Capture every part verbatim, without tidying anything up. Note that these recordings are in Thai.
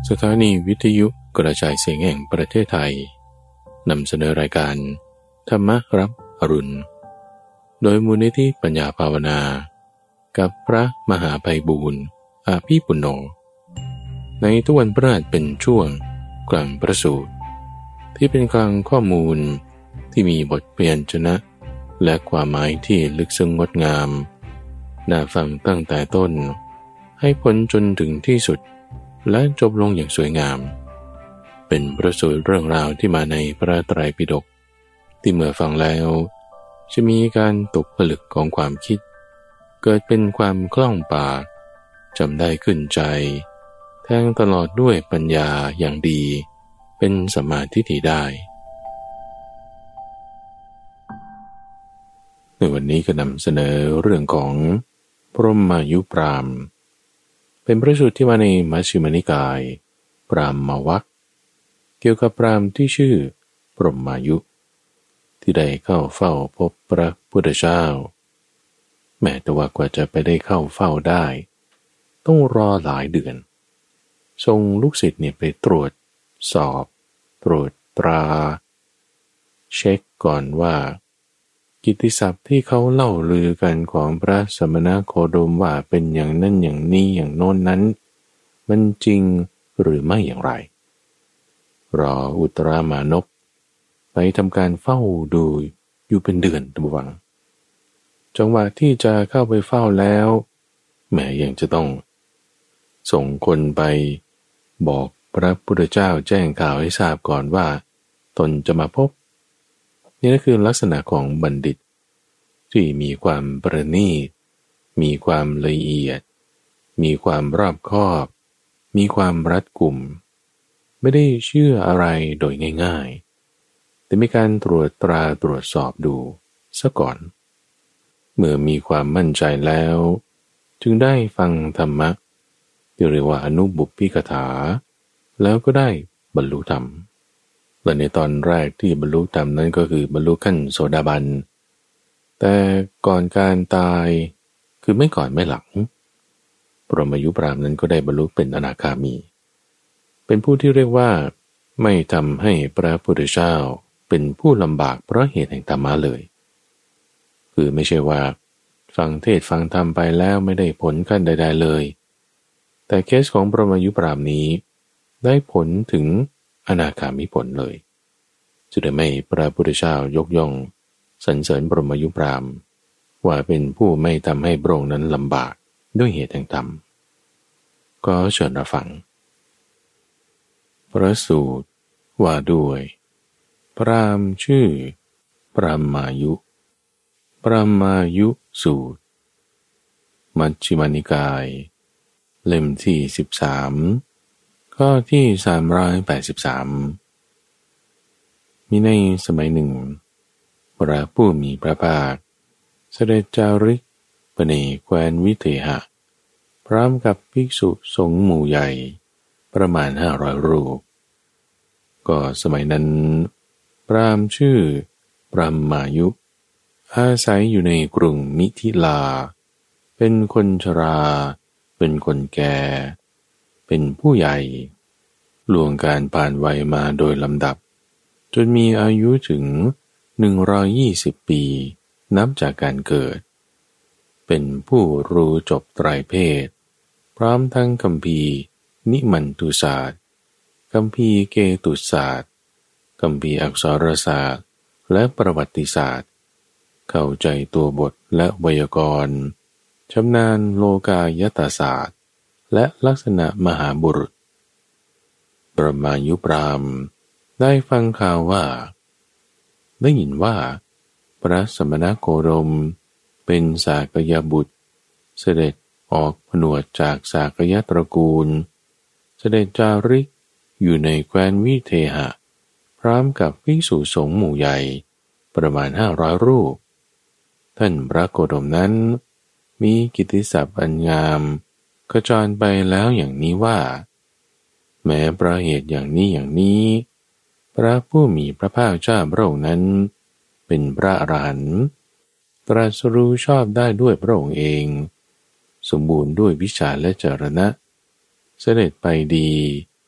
สถานีวิทยุกระจายเสียงแห่งประเทศไทยนำเสนอรายการธรรมรับอรุณโดยมูลนิธิปัญญาภาวนากับพระมหาไพบูลย์อาภีปุณโญในทุกวันพฤหัสเป็นช่วงกลางประสูตรที่เป็นกลางข้อมูลที่มีบทเปลี่ยนชนะและความหมายที่ลึกซึ้งงดงามน่าฟังตั้งแต่ต้นให้พ้นจนถึงที่สุดและจบลงอย่างสวยงามเป็นประสูตรเรื่องราวที่มาในพระไตรปิฎกที่เมื่อฟังแล้วจะมีการตกผลึกของความคิดเกิดเป็นความคล่องปากจำได้ขึ้นใจแทงตลอดด้วยปัญญาอย่างดีเป็นสัมมาทิฏฐิได้ในวันนี้ก็นำเสนอเรื่องของพรหมายุปรามเป็นพระสูตรที่มาในมัชฌิมนิกายปรามวรรคเกี่ยวกับพราหมณ์ที่ชื่อพรหมายุที่ได้เข้าเฝ้าพบพระพุทธเจ้าแม้แต่ว่ากว่าจะไปได้เข้าเฝ้าได้ต้องรอหลายเดือนส่งลูกศิษย์เนี่ยไปตรวจสอบตรวจตราเช็คก่อนว่ากิตติศัพท์ที่เขาเล่าลือกันของพระสมณโคดมว่าเป็นอย่างนั้นอย่างนี้อย่างโน้นนั้นมันจริงหรือไม่อย่างไรรออุตรามานพไปทำการเฝ้าดูอยู่เป็นเดือนตะวังจังหวะที่จะเข้าไปเฝ้าแล้วแม้ยังจะต้องส่งคนไปบอกพระพุทธเจ้าแจ้งข่าวให้ทราบก่อนว่าตนจะมาพบนี่ก็คือลักษณะของบัณฑิตที่มีความประณีตมีความละเอียดมีความรอบคอบมีความรัดกุมไม่ได้เชื่ออะไรโดยง่ายๆแต่มีการตรวจตราตรวจสอบดูซะก่อนเมื่อมีความมั่นใจแล้วจึงได้ฟังธรรมะที่เรียกว่าอนุบุพพิกถาแล้วก็ได้บรรลุธรรมและในตอนแรกที่บรรลุธรรมนั้นก็คือบรรลุขั้นโสดาบันแต่ก่อนการตายคือไม่ก่อนไม่หลังพรหมยุปรามนั้นก็ได้บรรลุเป็นอนาคามีเป็นผู้ที่เรียกว่าไม่ทำให้พระพุทธเจ้าเป็นผู้ลำบากเพราะเหตุแห่งธรรมะเลยคือไม่ใช่ว่าฟังเทศฟังธรรมไปแล้วไม่ได้ผลขั้นใดๆเลยแต่เคสของพรหมยุปรามนี้ได้ผลถึงอนาคามิผลเลยจะได้ไม่พระพุทธเจ้ายกย่องสรรเสริญพรหมยุปรามว่าเป็นผู้ไม่ทำให้พระองค์นั้นลำบากด้วยเหตุแห่งธรรมก็เชิญรับฟังพระสูตรว่าด้วยพราหมณ์ชื่อปรมายุปรมายุสูตรมัชฌิมนิกายเล่มที่สิบสามข้อที่สามร้อยแปดสิบสามมีในสมัยหนึ่งพระผู้มีพระภาคเสด็จจาริกไปในแคว้นวิเทหะพร้อมกับภิกษุสงฆ์หมู่ใหญ่ประมาณห้าร้อยรูปก็สมัยนั้นพราหมณ์ชื่อปรมายุอาศัยอยู่ในกรุงมิถิลาเป็นคนชราเป็นคนแก่เป็นผู้ใหญ่ล่วงการผ่านวัยมาโดยลำดับจนมีอายุถึงหนึ่งร้อยยี่สิบปีนับจากการเกิดเป็นผู้รู้จบไตรเพศพร้อมทั้งคัมภีร์นิมันตุศาสตร์คัมภีร์เกตุศาสตร์คัมภีร์อักษรศาสตร์และประวัติศาสตร์เข้าใจตัวบทและไวยากรณ์ชำนาญโลกายตศาสตร์และลักษณะมหาบุรุษปรมายุปรามได้ฟังข่าวว่าได้ยินว่าพระสมณโคดมเป็นสากยบุตรเสด็จออกผนวดจากสากยตระกูลเสด็จจาริกอยู่ในแคว้นวิเทหะพร้อมกับภิกษุสงฆ์หมู่ใหญ่ประมาณห้าร้อยรูปท่านพระโคดมนั้นมีกิตติศัพท์อันงามขจรไปแล้วอย่างนี้ว่าแม้เพราะเหตุอย่างนี้อย่างนี้พระผู้มีพระภาคเจ้าพระองค์นั้นเป็นพระอรหันต์ตรัสรู้ชอบได้ด้วยพระองค์เองสมบูรณ์ด้วยวิชาและจรณะเสด็จไปดี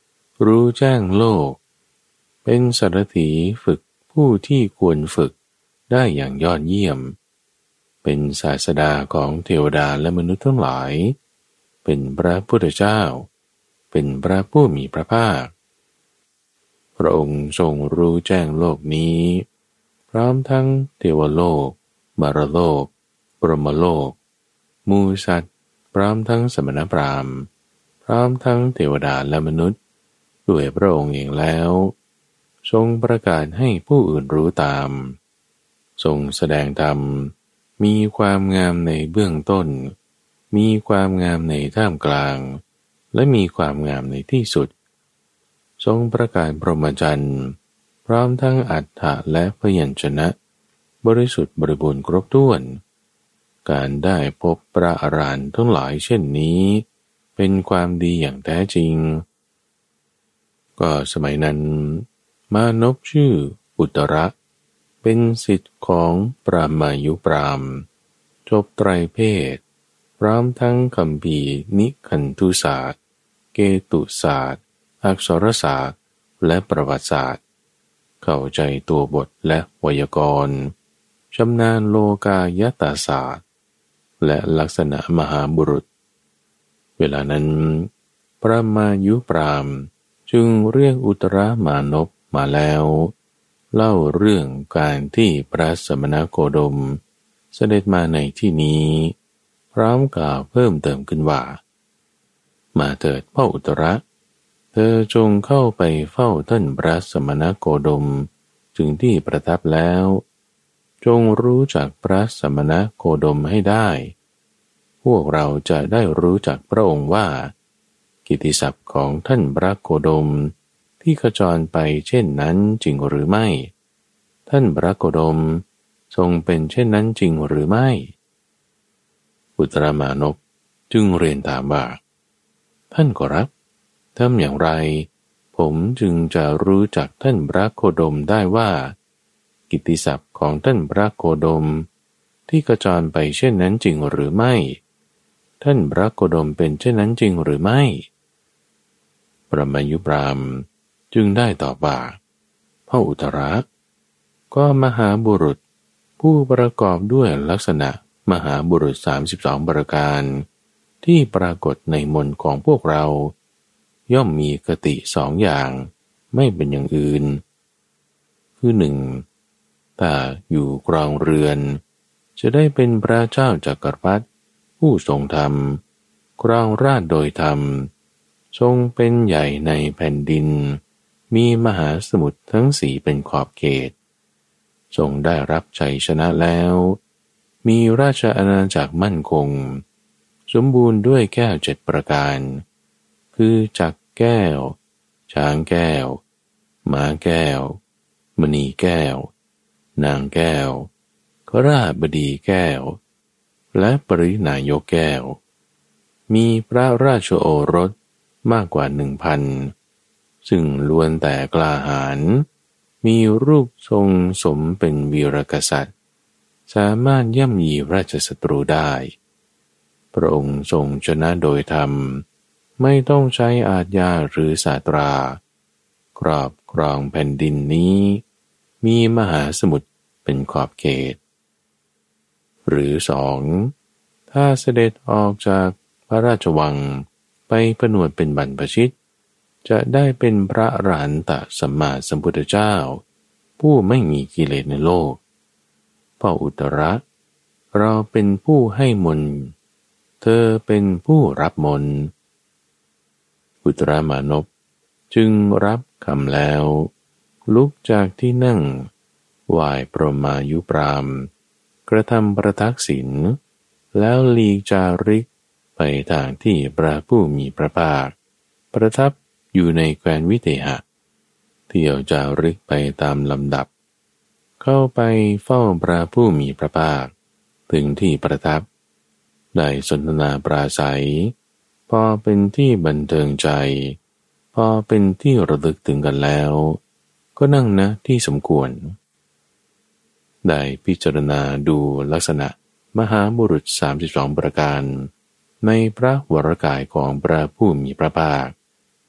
รู้แจ้งโลกเป็นสารถีฝึกผู้ที่ควรฝึกได้อย่างยอดเยี่ยมเป็นศาสดาของเทวดาและมนุษย์ทั้งหลายเป็นพระพุทธเจ้าเป็นพระผู้มีพระภาคพระองค์ทรงรู้แจ้งโลกนี้พร้อมทั้งเทวโลกมารโลกปรหมโลกหมู่สัตว์พร้อมทั้งสมณพราหมณ์พร้อมทั้งเทวดาและมนุษย์ด้วยพระองค์เองแล้วทรงประกาศให้ผู้อื่นรู้ตามทรงแสดงธรรมมีความงามในเบื้องต้นมีความงามในท่ามกลางและมีความงามในที่สุดทรงประกาศพรหมจรรย์พร้อมทั้งอัฏฐะและพยัญชนะบริสุทธิ์บริบูรณ์ครบถ้วนการได้พบพระอรหันต์ทั้งหลายเช่นนี้เป็นความดีอย่างแท้จริงก็สมัยนั้นมานพชื่ออุตระเป็นศิษย์ของปรามายุปรามจบไตรเพศพร้อมทั้งคัมภีร์นิคันธุศาสตร์เกตุศาสตร์อักษรศาสตร์และประวัติศาสตร์เข้าใจตัวบทและไวยากรณ์ชำนาญโลกายตศาสตร์และลักษณะมหาบุรุษเวลานั้นพระมายุปรามจึงเรียกอุตรมานพมาแล้วเล่าเรื่องการที่พระสมณโคดมเสด็จมาในที่นี้พร้อมกล่าวเพิ่มเติมขึ้นว่ามาเถิดพ่ออุตระเธอจงเข้าไปเฝ้าท่านพระสมณโคดมถึงที่ประทับแล้วจงรู้จักพระสมณโคดมให้ได้พวกเราจะได้รู้จักพระองค์ว่ากิตติศัพท์ของท่านพระโคดมที่ขจรไปเช่นนั้นจริงหรือไม่ท่านพระโคดมทรงเป็นเช่นนั้นจริงหรือไม่อุตรมานพจึงเรียนถามว่าท่านขอรับทำอย่างไรผมจึงจะรู้จักท่านพระโคดมได้ว่ากิตติศัพท์ของท่านพระโคดมที่กระจรไปเช่นนั้นจริงหรือไม่ท่านพระโคดมเป็นเช่นนั้นจริงหรือไม่ปรมายุปรามจึงได้ตอบว่าพ่ออุตระก็มหาบุรุษผู้ประกอบด้วยลักษณะมหาบุรุษสามสิบสองประการที่ปรากฏในมนต์ของพวกเราย่อมมีคติสองอย่างไม่เป็นอย่างอื่นคือหนึ่งถ้าอยู่ครองเรือนจะได้เป็นพระเจ้าจักรพรรดิผู้ทรงธรรมครองราชย์โดยธรรมทรงเป็นใหญ่ในแผ่นดินมีมหาสมุทรทั้งสี่เป็นขอบเขตทรงได้รับชัยชนะแล้วมีราชอาณาจักรมั่นคงสมบูรณ์ด้วยแก้วเจ็ดประการคือจักรแก้วช้างแก้วม้าแก้วมณีแก้วนางแก้วขราบดีแก้วและปรินายกแก้วมีพระราชโอรสมากกว่าหนึ่งพันซึ่งล้วนแต่กล้าหาญมีรูปทรงสมเป็นวีรกษัตริย์สามารถย่ำยีราชศัตรูได้พระองค์ทรงชนะโดยธรรมไม่ต้องใช้อาทยาหรือศาตราครอบครองแผ่นดินนี้มีมหาสมุทรเป็นขอบเขตหรือสองถ้าเสด็จออกจากพระราชวังไปผนวดเป็นบรรพชิตจะได้เป็นพระอรหันตสัมมาสัมพุทธเจ้าผู้ไม่มีกิเลสในโลกพ่ออุตระเราเป็นผู้ให้มนต์เธอเป็นผู้รับมนต์อุตรมานพจึงรับคำแล้วลุกจากที่นั่งไหว้พรหมายุปรามกระทำประทักษิณแล้วหลีกจาริกไปทางที่พระผู้มีพระภาคประทับอยู่ในแคว้นวิเทหะเที่ยวจาริกไปตามลำดับเข้าไปเฝ้าพระผู้มีพระภาคถึงที่ประทับได้สนทนาปราศัยพอเป็นที่บันเทิงใจพอเป็นที่ระลึกถึงกันแล้วก็นั่งณที่สมควรได้พิจารณาดูลักษณะมหาบุรุษสามสิบสองประการในพระวรกายของพระผู้มีพระภาค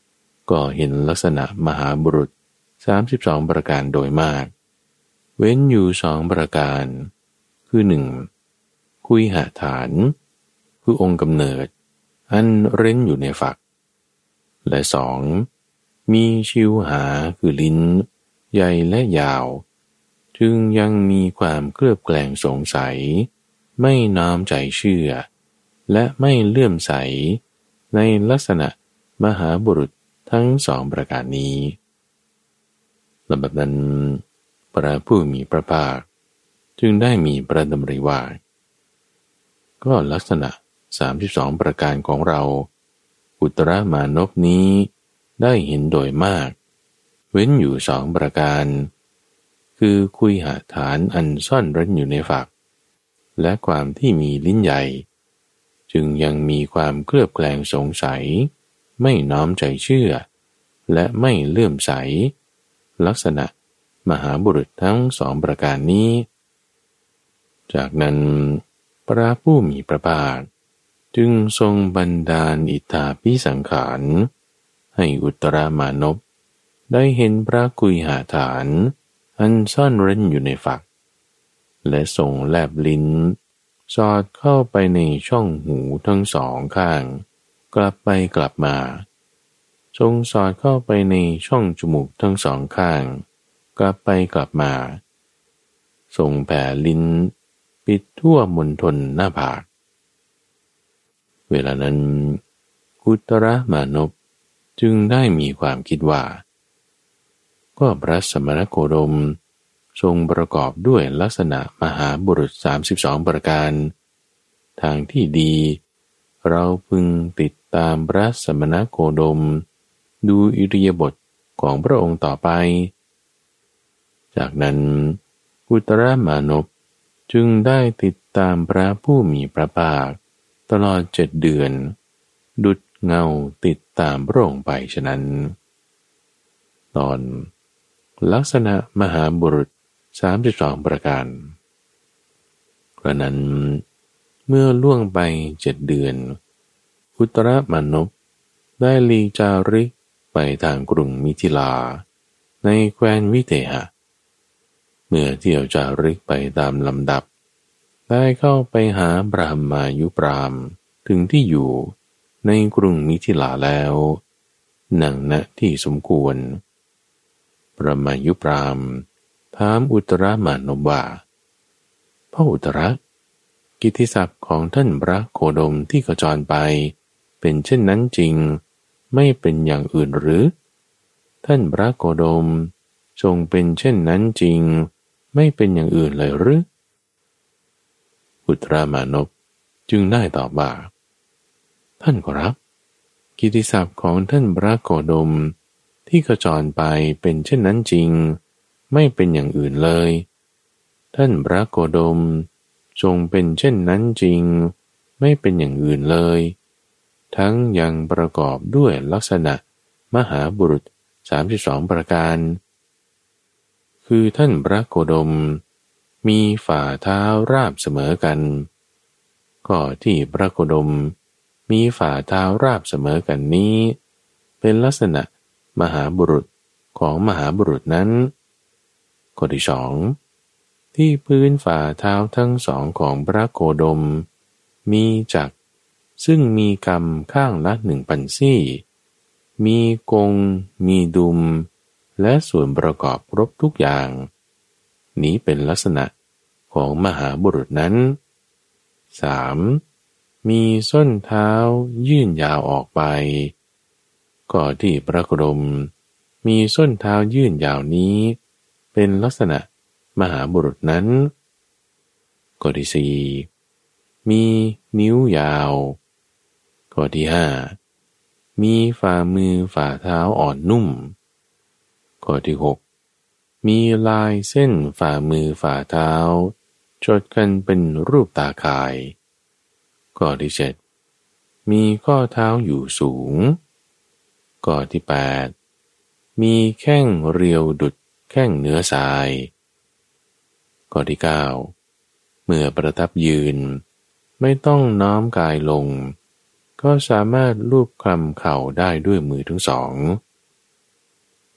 ก็เห็นลักษณะมหาบุรุษสามสิบสองประการโดยมากเว้นอยู่สองประการคือหนึ่งคุยหฐานคือองค์กำเนิดอันเร้นอยู่ในฝักและสองมีชิวหาคือลิ้นใหญ่และยาวจึงยังมีความเคลือบแคลงสงสัยไม่น้อมใจเชื่อและไม่เลื่อมใสในลักษณะมหาบุรุษทั้งสองประการนี้ลำดับนั้นพระผู้มีพระภาคจึงได้มีพระดำริว่าก็ลักษณะสามสิบสองประการของเราอุตรมานพนี้ได้เห็นโดยมากเว้นอยู่สองประการคือคุยหฐานอันซ่อนเร้นอยู่ในฝักและความที่มีลิ้นใหญ่จึงยังมีความเคลือบแคลงสงสัยไม่น้อมใจเชื่อและไม่เลื่อมใสลักษณะมหาบุรุษทั้งสองประการนี้จากนั้นพระผู้มีพระภาคจึงทรงบันดาลอิทธาภิสังขารให้อุตรมานพได้เห็นพระกุยหฐานอันซ่อนเร้นอยู่ในฝักและทรงแลบลิ้นสอดเข้าไปในช่องหูทั้งสองข้างกลับไปกลับมาทรงสอดเข้าไปในช่องจมูกทั้งสองข้างกลับไปกลับมาทรงแผ่ลิ้นปิดทั่วมณฑลหน้าผากเวลานั้นอุตรมานพจึงได้มีความคิดว่าก็พระสมณโคดมทรงประกอบด้วยลักษณะมหาบุรุษสามสิบสองประการทางที่ดีเราพึงติดตามพระสมณโคดมดูอิริยาบถของพระองค์ต่อไปจากนั้นอุตรมานพจึงได้ติดตามพระผู้มีพระภาคตลอดเจ็ดเดือนดุจเงาติดตามพระองค์ไปฉะนั้นตอนลักษณะมหาบุรุษสามสิบสองประการกระนั้นเมื่อล่วงไปเจ็ดเดือนอุตรมานพได้ลีจาริกไปทางกรุงมิถิลาในแคว้นวิเทหะเมื่อเที่ยวจาริกไปตามลำดับได้เข้าไปหาบรหมายุปรามถึงที่อยู่ในกรุงมิถิลาแล้วนั่งณที่สมควรบรหมายุปรามถามอุตรมานพว่าพระอุตรกิตติศัพท์ของท่านพระโคดมที่ขจรไปเป็นเช่นนั้นจริงไม่เป็นอย่างอื่นหรือท่านพระโคดมทรงเป็นเช่นนั้นจริงไม่เป็นอย่างอื่นเลยหรืออุตรมานพจึงได้ตอบว่าท่านขอรับกิตติศัพท์ของท่านพระโคดมที่ขจรไปเป็นเช่นนั้นจริงไม่เป็นอย่างอื่นเลยท่านพระโคดมทรงเป็นเช่นนั้นจริงไม่เป็นอย่างอื่นเลยทั้งยังประกอบด้วยลักษณะมหาบุรุษสามสิบสองประการคือท่านพระโคดมมีฝ่าเท้าราบเสมอกันก็ที่พระโคดมมีฝ่าเท้าราบเสมอกันนี้เป็นลักษณะมหาบุรุษของมหาบุรุษนั้นข้อที่สองที่พื้นฝ่าเท้าทั้งสองของพระโคดมมีจักรซึ่งมีกรรมข้างละหนึ่งพันซี่มีกงมีดุมและส่วนประกอบครบทุกอย่างนี้เป็นลักษณะของมหาบุรุษนั้นสามมีส้นเท้ายื่นยาวออกไปก็ที่พระโคดมมีส้นเท้ายื่นยาวนี้เป็นลักษณะมหาบุรุษนั้นข้อที่สี่มีนิ้วยาวข้อที่ห้ามีฝ่ามือฝ่าเท้าอ่อนนุ่มข้อที่หกมีลายเส้นฝ่ามือฝ่าเท้าจดกันเป็นรูปตาข่ายข้อที่เจ็ดมีข้อเท้าอยู่สูงข้อที่แปดมีแข้งเรียวดุจแข้งเนื้อทรายข้อที่เก้าเมื่อประทับยืนไม่ต้องน้อมกายลงก็สามารถลูบคลำเข่าได้ด้วยมือทั้งสอง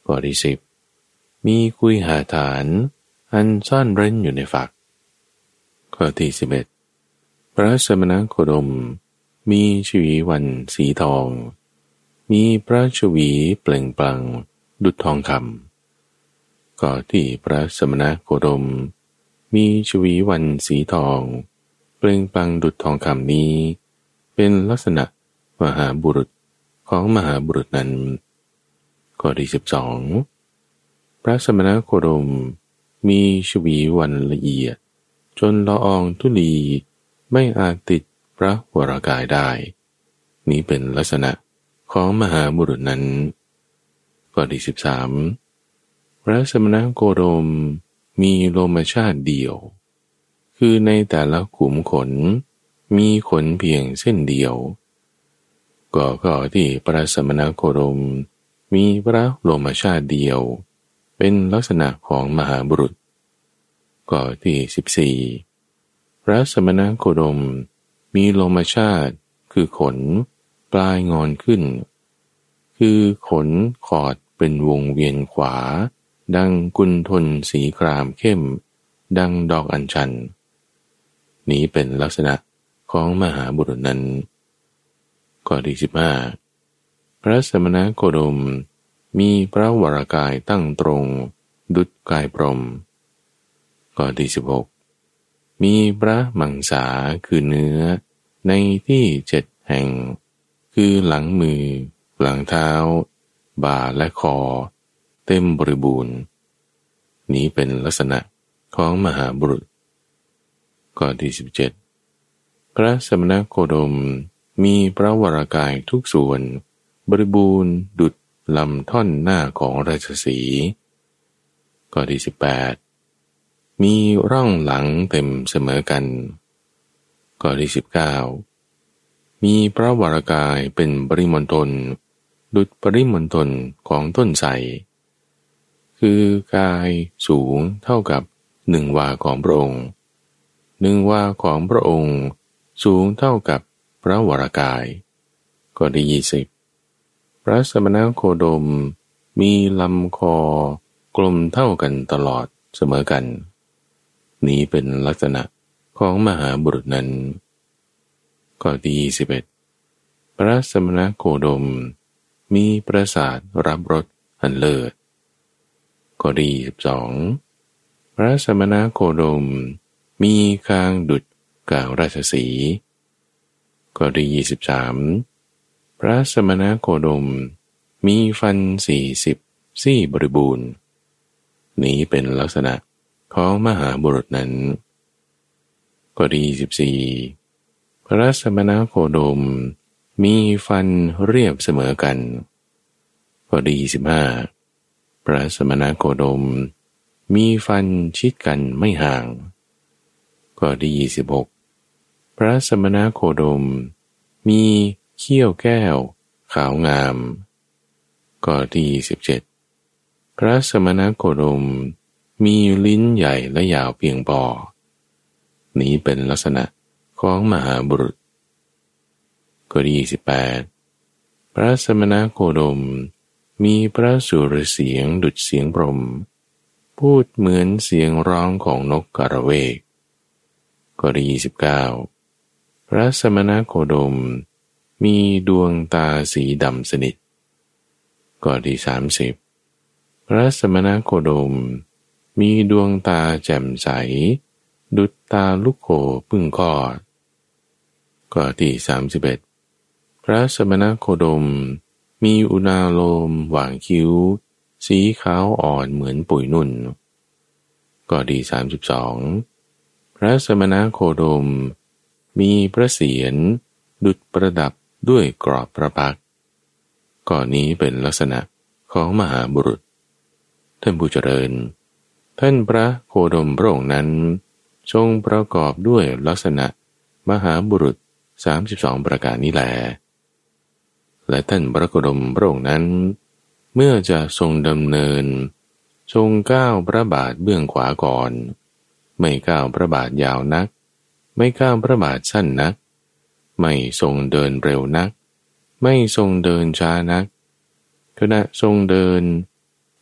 ข้อที่สิบมีกุยหาฐานอันซ่อนเร้นอยู่ในฝักข้อที่สิบเอ็ดพระสมณโคดมมีชวีวันสีทองมีพระชวีเปล่งปลั่งดุจทองคำก็ที่พระสมณโคดมมีชวีวันสีทองเปล่งปลั่งดุจทองคำนี้เป็นลักษณะมหาบุรุษของมหาบุรุษนั้นข้อที่สิบสองพระสมณโคดมมีชวีวันละเอียดจนละอองธุลีไม่อาจติดพระวรากายได้นี้เป็นลักษณะของมหาบุรุษนั้นข้อที่สิบสามพระสมณโคดมมีโลมชาติเดียวคือในแต่ละขุมขนมีขนเพียงเส้นเดียวก็ก็ที่พระสมณโคดมมีพระโลมชาติเดียวเป็นลักษณะของมหาบุรุษก็ที่สิบสี่พระสมณโคดมมีโลมชาติคือขนปลายงอนขึ้นคือขนขอดเป็นวงเวียนขวาดังกุนทนสีครามเข้มดังดอกอัญชันนี้เป็นลักษณะของมหาบุรุษนั้นข้อที่สิบห้าพระสมณโคดมมีพระวรากายตั้งตรงดุจกายพรหมข้อที่สิบหกมีพระมังสาคือเนื้อในที่เจ็ดแห่งคือหลังมือหลังเท้าบ่าและคอเต็มบริบูรณ์นี้เป็นลักษณะของมหาบุรุษข้อที่สิบเจ็ดพระสมณโคดมมีพระวรากายทุกส่วนบริบูรณ์ดุจลำท่อนหน้าของราชสีห์ข้อที่สิบแปดมีร่องหลังเต็มเสมอกันข้อที่สิบเก้ามีพระวรากายเป็นปริมณฑลดุจปริมณฑลของต้นไทรคือกายสูงเท่ากับหนึ่งวาของพระองค์หนึ่งวาของพระองค์สูงเท่ากับพระวรากายข้อที่ยี่สิบพระสมณโคดมมีลำคอกลมเท่ากันตลอดเสมอกันนี้เป็นลักษณะของมหาบุรุษนั้นข้อที่ยี่สิบเอ็ดพระสมณโคดมมีประสาทรับรสอันเลิศข้อที่ยี่สิบสองพระสมณโคดมมีคางดุจกางราชสีห์ข้อที่ยี่สิบสามพระสมณโคดมมีฟันสี่สิบซี่บริบูรณ์นี้เป็นลักษณะของมหาบุรุษนั้นข้อที่ยี่สิบสี่พระสมณโคดมมีฟันเรียบเสมอกันข้อที่ยี่สิบห้าพระสมณโคดมมีฟันชิดกันไม่ห่างข้อที่ยี่สิบหกพระสมณโคดมมีเขี้ยวแก้วขาวงามข้อที่ยี่สิบเจ็ดพระสมณโคดมมีลิ้นใหญ่และยาวเพียงพอนี้เป็นลักษณะของมหาบุรุษข้อที่ยี่สิบแปดพระสมณโคดมมีพระสุรเสียงดุจเสียงพรหมพูดเหมือนเสียงร้องของนกกระเวกข้อที่ยี่สิบเก้าพระสมณโคดมมีดวงตาสีดำสนิทข้อที่สามสิบพระสมณโคดมมีดวงตาแจ่มใสดุจตาลูกโคพึ่งคลอดข้อที่สามสิบเอ็ดพระสมณโคดมมีอุณาโลมหว่างคิ้วสีขาวอ่อนเหมือนปุ๋ยนุ่นข้อที่สามสิบสองพระสมณโคดมมีพระเศียรดุจประดับด้วยกรอบพระพักตร์ข้อนี้เป็นลักษณะของมหาบุรุษท่านผู้เจริญท่านพระโคดมพระองค์นั้นทรงประกอบด้วยลักษณะมหาบุรุษสามสิบสองประการนี้แลและท่านพระโคดมพระองค์นั้นเมื่อจะทรงดำเนินทรงก้าวพระบาทเบื้องขวาก่อนไม่ก้าวพระบาทยาวนักไม่ก้าวพระบาทสั้นนักไม่ทรงเดินเร็วนักไม่ทรงเดินช้านักขณะทรงเดิน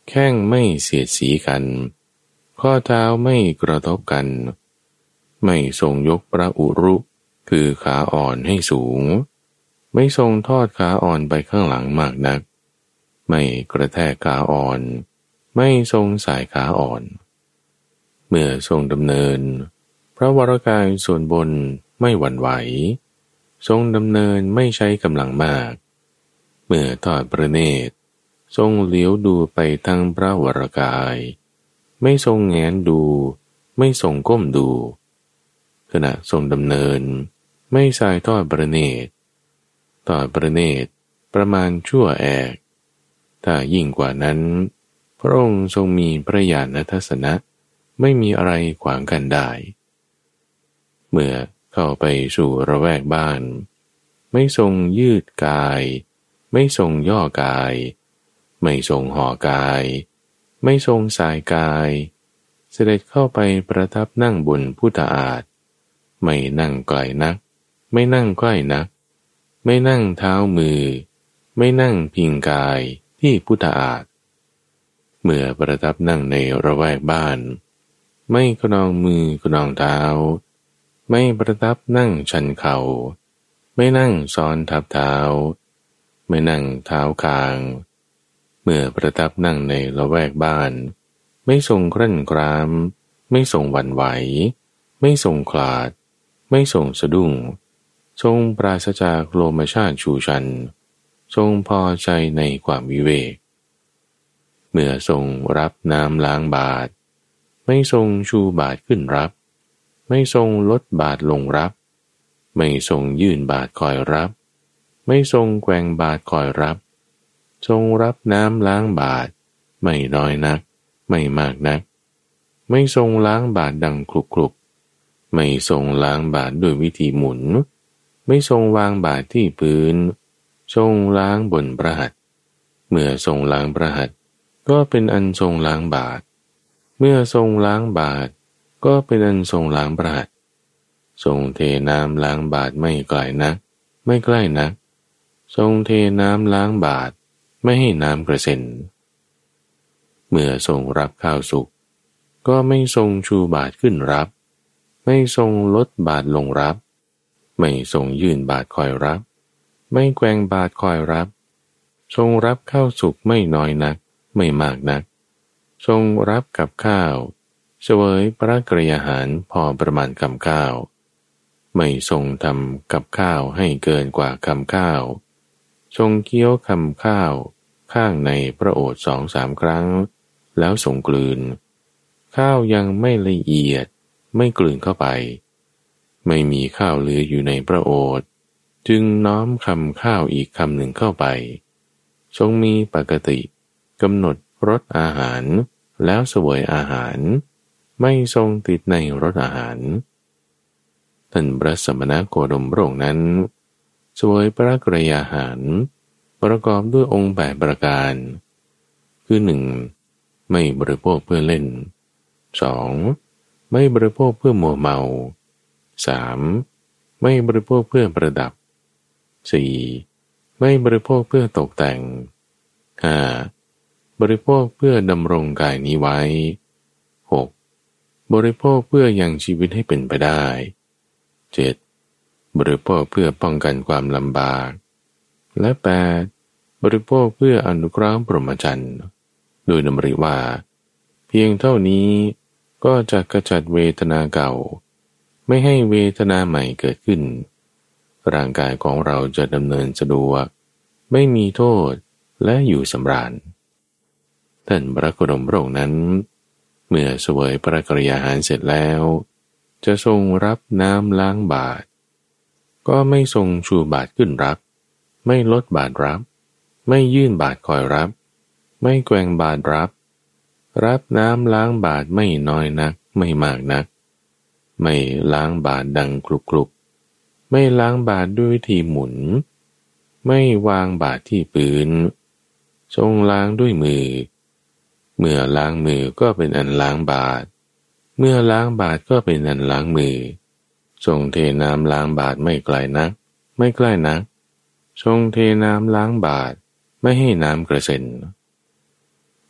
แข้งไม่เสียดสีกันข้อเท้าไม่กระทบกันไม่ทรงยกพระอุรุคือขาอ่อนให้สูงไม่ทรงทอดขาอ่อนไปข้างหลังมากนักไม่กระแทกขาอ่อนไม่ทรงสายขาอ่อนเมื่อทรงดำเนินพระวรกายส่วนบนไม่หวั่นไหวทรงดำเนินไม่ใช้กำลังมากเมื่อทอดพระเนตรทรงเลี้ยวดูไปทางพระวรกายไม่ทรงแงนดูไม่ทรงก้มดูขณะทรงดำเนินไม่สายทอดพระเนตรทอดพระเนตรประมาณชั่วแอกถ้ายิ่งกว่านั้นพระองค์ทรงมีพระญาณทัศนะไม่มีอะไรขวางกันได้เมื่อเข้าไปสู่ระแวกบ้านไม่ทรงยืดกายไม่ทรงย่อกายไม่ทรงห่อกายไม่ทรงสายกายเสด็จเข้าไปประทับนั่งบนพุทธอาฏไม่นั่งไกลนักไม่นั่งใกล้นักไม่นั่งเท้ามือไม่นั่งพิงกายที่พุทธอาฏเมื่อประทับนั่งในระแวกบ้านไม่กระนองมือกระนองเท้าไม่ประทับนั่งชันเข่าไม่นั่งซ้อนทับเท้าไม่นั่งเท้าคางเมื่อประทับนั่งในละแวกบ้านไม่ทรงครั่นครามไม่ทรงหวั่นไหวไม่ทรงคลาดไม่ทรงสะดุ้งทรงปราศจากโลมชาติชูชันทรงพอใจในความวิเวกเมื่อทรงรับน้ำล้างบาตรไม่ทรงชูบาตรขึ้นรับไม่ทรงลดบาตรลงรับไม่ทรงยื่นบาตรคอยรับไม่ทรงแกว่งบาตรคอยรับทรงรับน้ำล้างบาตรไม่น้อยนักไม่มากนักไม่ทรงล้างบาตรดังคลุกคลุกไม่ทรงล้างบาตรด้วยวิธีหมุนไม่ทรงวางบาตรที่พื้นทรงล้างบนพระหัตถ์เมื่อทรงล้างพระหัตถ์ก็เป็นอันทรงล้างบาตรเมื่อทรงล้างบาตรก็เป็นอันทรงล้างพระหัตถ์ทรงเทน้ำล้างบาตรไม่ไกลนักไม่ใกล้นักทรงเทน้ำล้างบาตรไม่ให้น้ำกระเซ็นเมื่อทรงรับข้าวสุกก็ไม่ทรงชูบาตรขึ้นรับไม่ทรงลดบาตรลงรับไม่ทรงยื่นบาตรคอยรับไม่แกว่งบาตรคอยรับทรงรับข้าวสุกไม่น้อยนักไม่มากนักทรงรับกับข้าวเสวยพระกยาหารพอประมาณคำข้าวไม่ทรงทำกับข้าวให้เกินกว่าคำข้าวทรงเคี้ยวคำข้าวข้างในพระโอษฐ์สองสามครั้งแล้วทรงกลืนข้าวยังไม่ละเอียดไม่กลืนเข้าไปไม่มีข้าวเหลืออยู่ในพระโอษฐ์จึงน้อมคำข้าวอีกคำหนึ่งเข้าไปทรงมีปกติกำหนดรสอาหารแล้วเสวยอาหารไม่ทรงติดในรสอาหารท่านพระสมณโคดมพระองค์นั้นเสวยพระกยาหารประกอบด้วยองค์แปดประการคือหนึ่งไม่บริโภคเพื่อเล่นสองไม่บริโภคเพื่อมัวเมาสามไม่บริโภคเพื่อประดับสี่ไม่บริโภคเพื่อตกแต่งห้าบริโภคเพื่อดำรงกายนี้ไว้หกบริโภคเพื่อยังชีวิตให้เป็นไปได้เจ็ดบริโภคเพื่อป้องกันความลำบากและแปดบริโภคเพื่ออนุเคราะห์พรหมจรรย์โดยดำริว่าเพียงเท่านี้ก็จะกระจัดเวทนาเก่าไม่ให้เวทนาใหม่เกิดขึ้นร่างกายของเราจะดำเนินสะดวกไม่มีโทษและอยู่สำราญท่านพระโคดมพระองค์นั้นเมื่อเสวยพระกยาหารเสร็จแล้วจะทรงรับน้ำล้างบาตรก็ไม่ทรงชูบาตรขึ้นรับไม่ลดบาตรรับไม่ยื่นบาตรคอยรับไม่แกว่งบาตรรับรับน้ำล้างบาตรไม่น้อยนักไม่มากนักไม่ล้างบาตรดังคลุกๆไม่ล้างบาตรด้วยวิธีหมุนไม่วางบาตรที่พื้นทรงล้างด้วยมือเมื่อล้างมือก็เป็นอันล้างบาตรเมื่อล้างบาตรก็เป็นอันล้างมือทรงเทน้ำล้างบาตรไม่ไกลนักไม่ใกล้นักทรงเทน้ำล้างบาตรไม่ให้น้ำกระเซ็น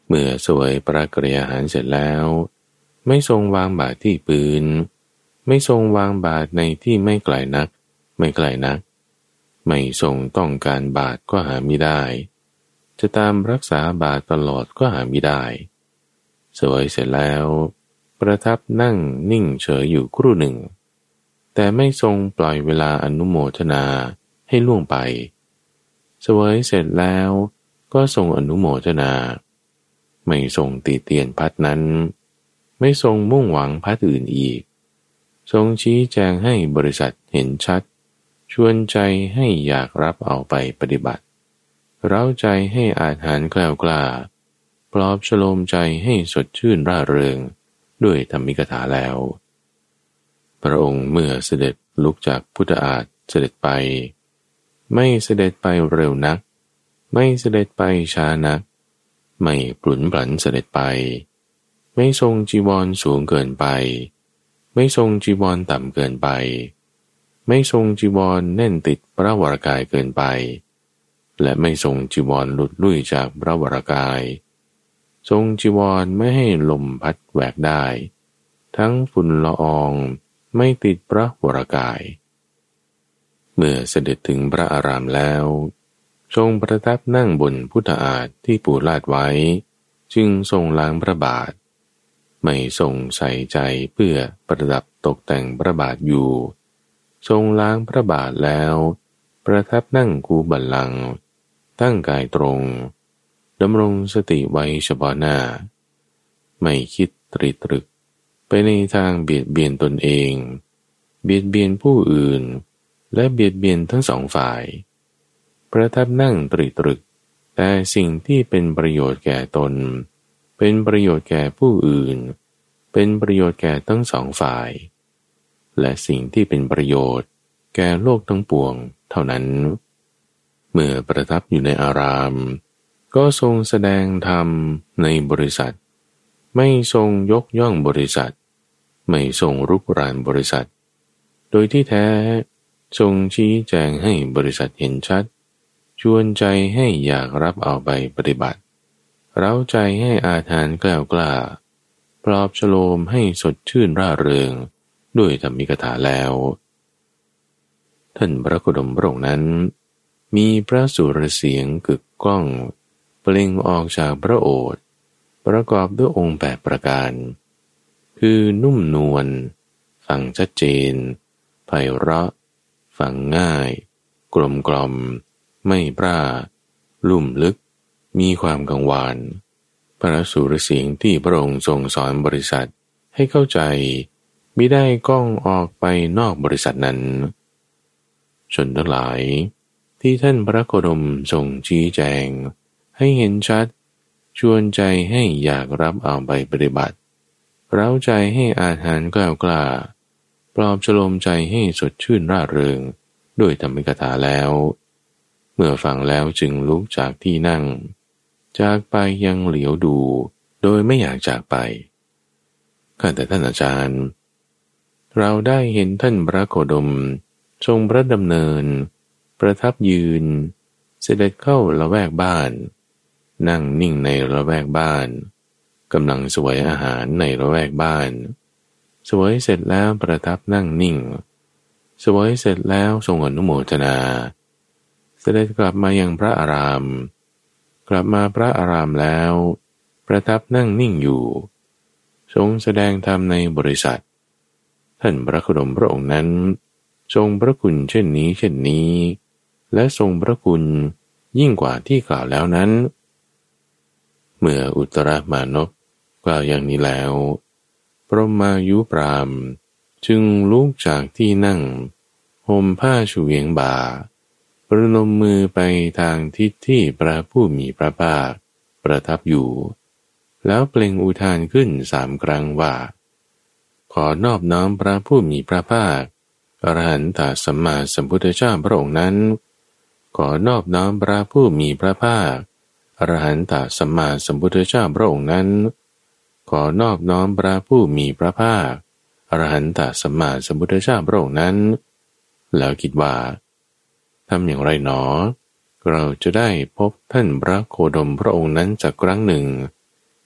เมื่อเสวยพระกริยาหารเสร็จแล้วไม่ทรงวางบาตรที่พื้นไม่ทรงวางบาตรในที่ไม่ไกลนักไม่ไกลนักไม่ทรงต้องการบาตรก็หามิได้จะตามรักษาบาตรตลอดก็หามิได้เสวยเสร็จแล้วประทับนั่งนิ่งเฉยอยู่ครู่หนึ่งแต่ไม่ทรงปล่อยเวลาอนุโมทนาให้ล่วงไปเสวยเสร็จแล้วก็ทรงอนุโมทนาไม่ทรงตีเตียนพัดนั้นไม่ทรงมุ่งหวังพัดอื่นอีกทรงชี้แจงให้บริษัทเห็นชัดชวนใจให้อยากรับเอาไปปฏิบัติเร้าใจให้อาจหารแกล้วกล้าปลอบฉโลมใจให้สดชื่นร่าเริงด้วยธรรมิกถาแล้วพระองค์เมื่อเสด็จลุกจากพุทธอาฏเสด็จไปไม่เสด็จไปเร็วนักไม่เสด็จไปช้านักไม่ปลุนปลันเสด็จไปไม่ทรงจีวรสูงเกินไปไม่ทรงจีวรต่ำเกินไปไม่ทรงจีวรแน่นติดพระวรกายเกินไปและไม่ทรงจีวรหลุดลุ่ยจากพระวรกายทรงจีวรไม่ให้ลมพัดแหวกได้ทั้งฝุ่นละอองไม่ติดพระวรกายเมื่อเสด็จถึงพระอารามแล้วทรงประทับนั่งบนพุทธาฏที่ปูลาดไว้จึงทรงล้างพระบาทไม่ทรงใส่ใจเพื่อประดับตกแต่งพระบาทอยู่ทรงล้างพระบาทแล้วประทับนั่งคูบัลลังก์ตั้งกายตรงดำรงสติไว้เฉพาะหน้าไม่คิดตรีตรึกไปในทางเบียดเบียนตนเองเบียดเบียนผู้อื่นและเบียดเบียนทั้งสองฝ่ายประทับนั่งตรีตรึกแต่สิ่งที่เป็นประโยชน์แก่ตนเป็นประโยชน์แก่ผู้อื่นเป็นประโยชน์แก่ทั้งสองฝ่ายและสิ่งที่เป็นประโยชน์แก่โลกทั้งปวงเท่านั้นเมื่อประทับอยู่ในอารามก็ทรงแสดงธรรมในบริษัทไม่ทรงยกย่องบริษัทไม่ทรงรุกรานบริษัทโดยที่แท้ทรงชี้แจงให้บริษัทเห็นชัดชวนใจให้อยากรับเอาไปปฏิบัติเร้าใจให้อาถรรพ์แกล้วกล้าปลอบฉโลมให้สดชื่นร่าเริงด้วยธรรมิกถาแล้วท่านพระโคดมพระองค์นั้นมีพระสุรเสียงกึกก้องเปล่งออกจากพระโอษฐ์ประกอบด้วยองค์แปดประการคือนุ่มนวลฟังชัดเจนไพเราะฟังง่ายกลมกล่อมไม่ปราลุ่มลึกมีความกังวานพระสุรเสียงที่พระองค์ทรงสอนบริษัทให้เข้าใจมิได้ก้องออกไปนอกบริษัทนั้นชนทั้งหลายที่ท่านพระโคดมทรงชี้แจงให้เห็นชัดชวนใจให้อยากรับเอาไปปฏิบัติเร้าใจให้อาถรรพ์กล้าวกล้าปลอบฉโลมใจให้สดชื่นร่าเริงด้วยธรรมิกถาแล้วเมื่อฟังแล้วจึงลุกจากที่นั่งจากไปยังเหลียวดูโดยไม่อยากจากไปข้าแต่ท่านอาจารย์เราได้เห็นท่านพระโคดมทรงพระดำเนินประทับยืนเสด็จเข้าละแวกบ้านนั่งนิ่งในละแวกบ้านกำลังเสวยอาหารในละแวกบ้านเสวยเสร็จแล้วประทับนั่งนิ่งเสวยเสร็จแล้วทรงอนุโมทนาเสด็จกลับมายังพระอารามกลับมาพระอารามแล้วประทับนั่งนิ่งอยู่ทรงแสดงธรรมในบริษัทท่านพระโคดมพระองค์นั้นทรงพระคุณเช่นนี้เช่นนี้และทรงพระคุณยิ่งกว่าที่กล่าวแล้วนั้นเมื่ออุตรมานพกล่าวอย่างนี้แล้วพรหมายุปรามจึงลุกจากที่นั่งห่มผ้าชูเวียงบ่าประนมมือไปทางทิศที่พระผู้มีพระภาคประทับอยู่แล้วเปล่งอุทานขึ้นสามครั้งว่าขอนอบน้อมพระผู้มีพระภาคอรหันตสัมมาสัมพุทธเจ้าพระองค์นั้นขอนอบน้อมพระผู้มีพระภาคอรหันตสัมมาสัมพุทธเจ้าพระองค์นั้นขอนอบน้อมพระผู้มีพระภาคอรหันตสัมมาสัมพุทธเจ้าพระองค์นั้นแล้วคิดว่าทำอย่างไรหนอเราจะได้พบท่านพระโคดมพระองค์นั้นสักครั้งหนึ่ง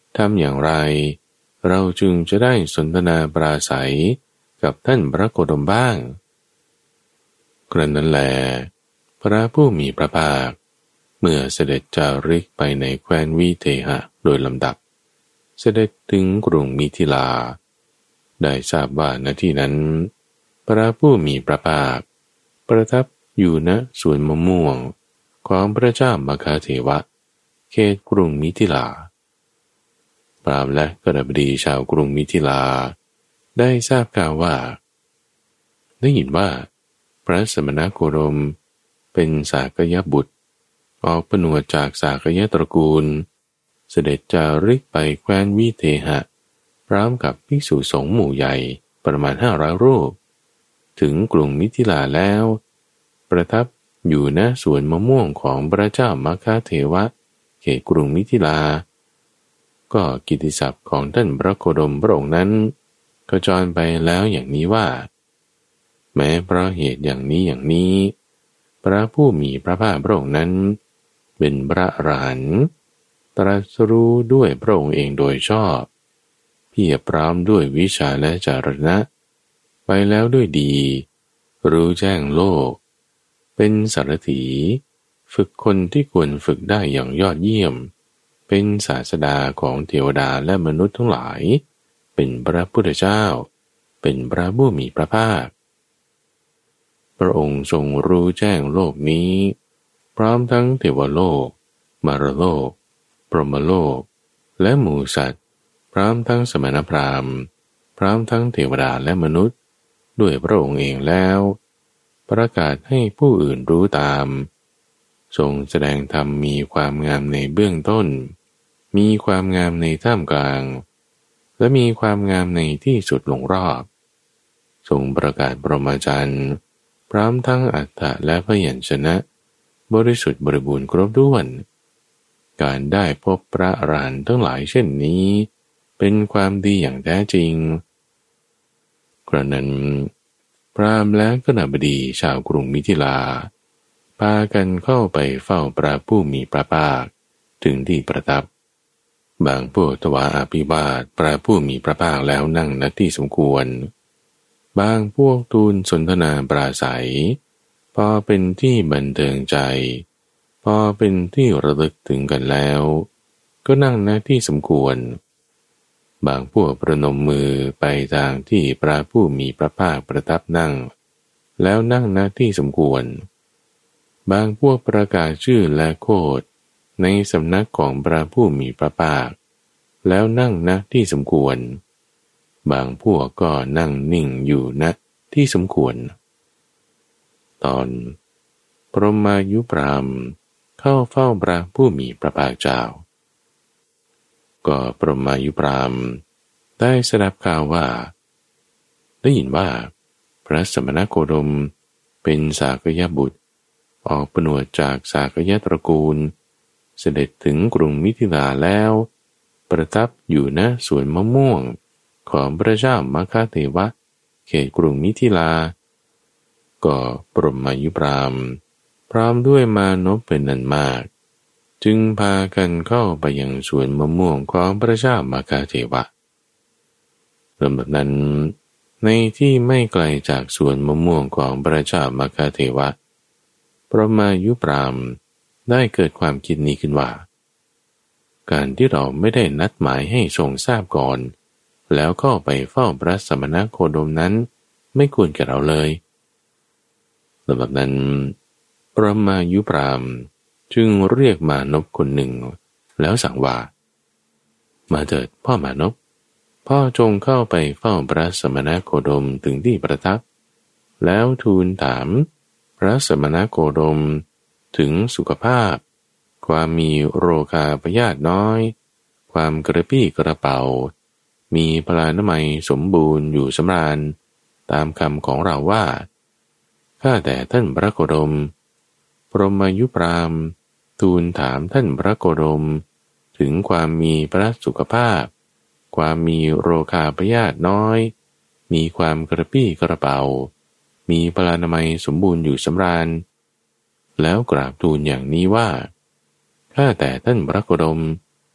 ทำอย่างไรเราจึงจะได้สนทนาปราศัยกับท่านพระโคดมบ้างกระนั้นแลพระผู้มีพระภาคเมื่อเสด็จจาริกไปในแคว้นวิเทหะโดยลำดับเสด็จถึงกรุงมิถิลาได้ทราบว่าณที่นั้นพระผู้มีพระภาคประทับอยู่ณสวนมะม่วงของพระเจ้ามคเทวะเขตกรุงมิถิลาพราหมณ์และกฤบดีชาวกรุงมิถิลาได้ทราบข่าวว่าได้ยินว่าพระสมณโคดมเป็นสากยบุตรออกผนวดจากสากยตระกูลเสด็จจาริกไปแคว้นวิเทหะพร้อมกับภิกษุสงฆ์หมู่ใหญ่ประมาณห้าร้อยรูปถึงกรุงมิถิลาแล้วประทับอยู่ณสวนมะม่วงของพระเจ้ามคเทวะเขตกรุงมิถิลาก็กิตติศัพท์ของท่านพระโคดมพระองค์นั้นก็จรไปแล้วอย่างนี้ว่าแม้เพราะเหตุอย่างนี้อย่างนี้พระผู้มีพระภาคพระองค์นั้นเป็นพระอรหันต์ตรัสรู้ด้วยพระองค์เองโดยชอบเพียบพร้อมด้วยวิชาและจารณะไปแล้วด้วยดีรู้แจ้งโลกเป็นสารถีฝึกคนที่ควรฝึกได้อย่างยอดเยี่ยมเป็นศาสดาของเทวดาและมนุษย์ทั้งหลายเป็นพระพุทธเจ้าเป็นพระผู้มีพระภาคพระองค์ทรงรู้แจ้งโลกนี้พร้อมทั้งเทวโลกมารโลกพรหมโลกและหมู่สัตว์พร้อมทั้งสมณพราหมณ์พร้อมทั้งเทวดาและมนุษย์ด้วยพระองค์เองแล้วประกาศให้ผู้อื่นรู้ตามทรงแสดงธรรมมีความงามในเบื้องต้นมีความงามในท่ามกลางและมีความงามในที่สุดลงรอบทรงประกาศปรมาจารย์พร้อมทั้งอัฏฐะและพยัญชนะบริสุทธิ์บริบูรณ์ครบถ้วนการได้พบพระอรหันต์ทั้งหลายเช่นนี้เป็นความดีอย่างแท้จริงกระนั้นพราหมณ์และกฤบดีชาวกรุงมิถิลาพากันเข้าไปเฝ้าพระผู้มีพระภาคถึงที่ประทับบางพวกถวายอาภิวาทพระผู้มีพระภาคแล้วนั่งณที่สมควรบางพวกทูลสนทนาปราศัยพอเป็นที่บันเทิงใจพอเป็นที่ระลึกถึงกันแล้วก็นั่งณที่สมควรบางพวกประนมมือไปทางที่พระผู้มีพระภาคประทับนั่งแล้วนั่งณที่สมควรบางพวกประกาศชื่อและโคดในสำนักของพระผู้มีพระภาคแล้วนั่งณที่สมควรบางพวกก็นั่งนิ่งอยู่ณที่สมควรตอนพรหมายุพราหมณ์เข้าเฝ้าพระผู้มีพระภาคเจ้าก็พรหมายุพราหมณ์ได้สดับข่าวว่าได้ยินว่าพระสมณโคดมเป็นสากยบุตรออกผนวดจากสากยตระกูลเสด็จถึงกรุงมิถิลาแล้วประทับอยู่ณสวนมะม่วงของพระเจ้ามคเทวะเขตกรุงมิถิลาก็พรหมายุพราหมณ์พร้อมด้วยมานพเป็นนันมากจึงพากันเข้าไปยังสวนมะม่วงของพระเจ้ามคเทวะลำดับนั้นในที่ไม่ไกลจากสวนมะม่วงของพระเจ้ามคเทวะพรหมายุพราหมณ์ได้เกิดความคิดนี้ขึ้นว่าการที่เราไม่ได้นัดหมายให้ทรงทราบก่อนแล้วก็ไปเฝ้าพระสมณโคดมนั้นไม่ควรแก่เราเลยลำดับนั้นพรหมายุพราหมณ์จึงเรียกมานพคนหนึ่งแล้วสั่งว่ามาเถิดพ่อมานพพ่อจงเข้าไปเฝ้าพระสมณโคดมถึงที่ประทับแล้วทูลถามพระสมณโคดมถึงสุขภาพความมีโรคาพยาธิน้อยความกระปี้กระเป๋ามีพลานามัยสมบูรณ์อยู่สำราญตามคำของเราว่าข้าแต่ท่านพระโคดมพรหมายุพราหมณ์ทูลถามท่านพระโคดมถึงความมีพระสุขภาพความมีโรคาพยาธิน้อยมีความกระปี้กระเป๋ามีพลานามัยสมบูรณ์อยู่สำราญแล้วกราบทูลอย่างนี้ว่าข้าแต่ท่านพระโคดม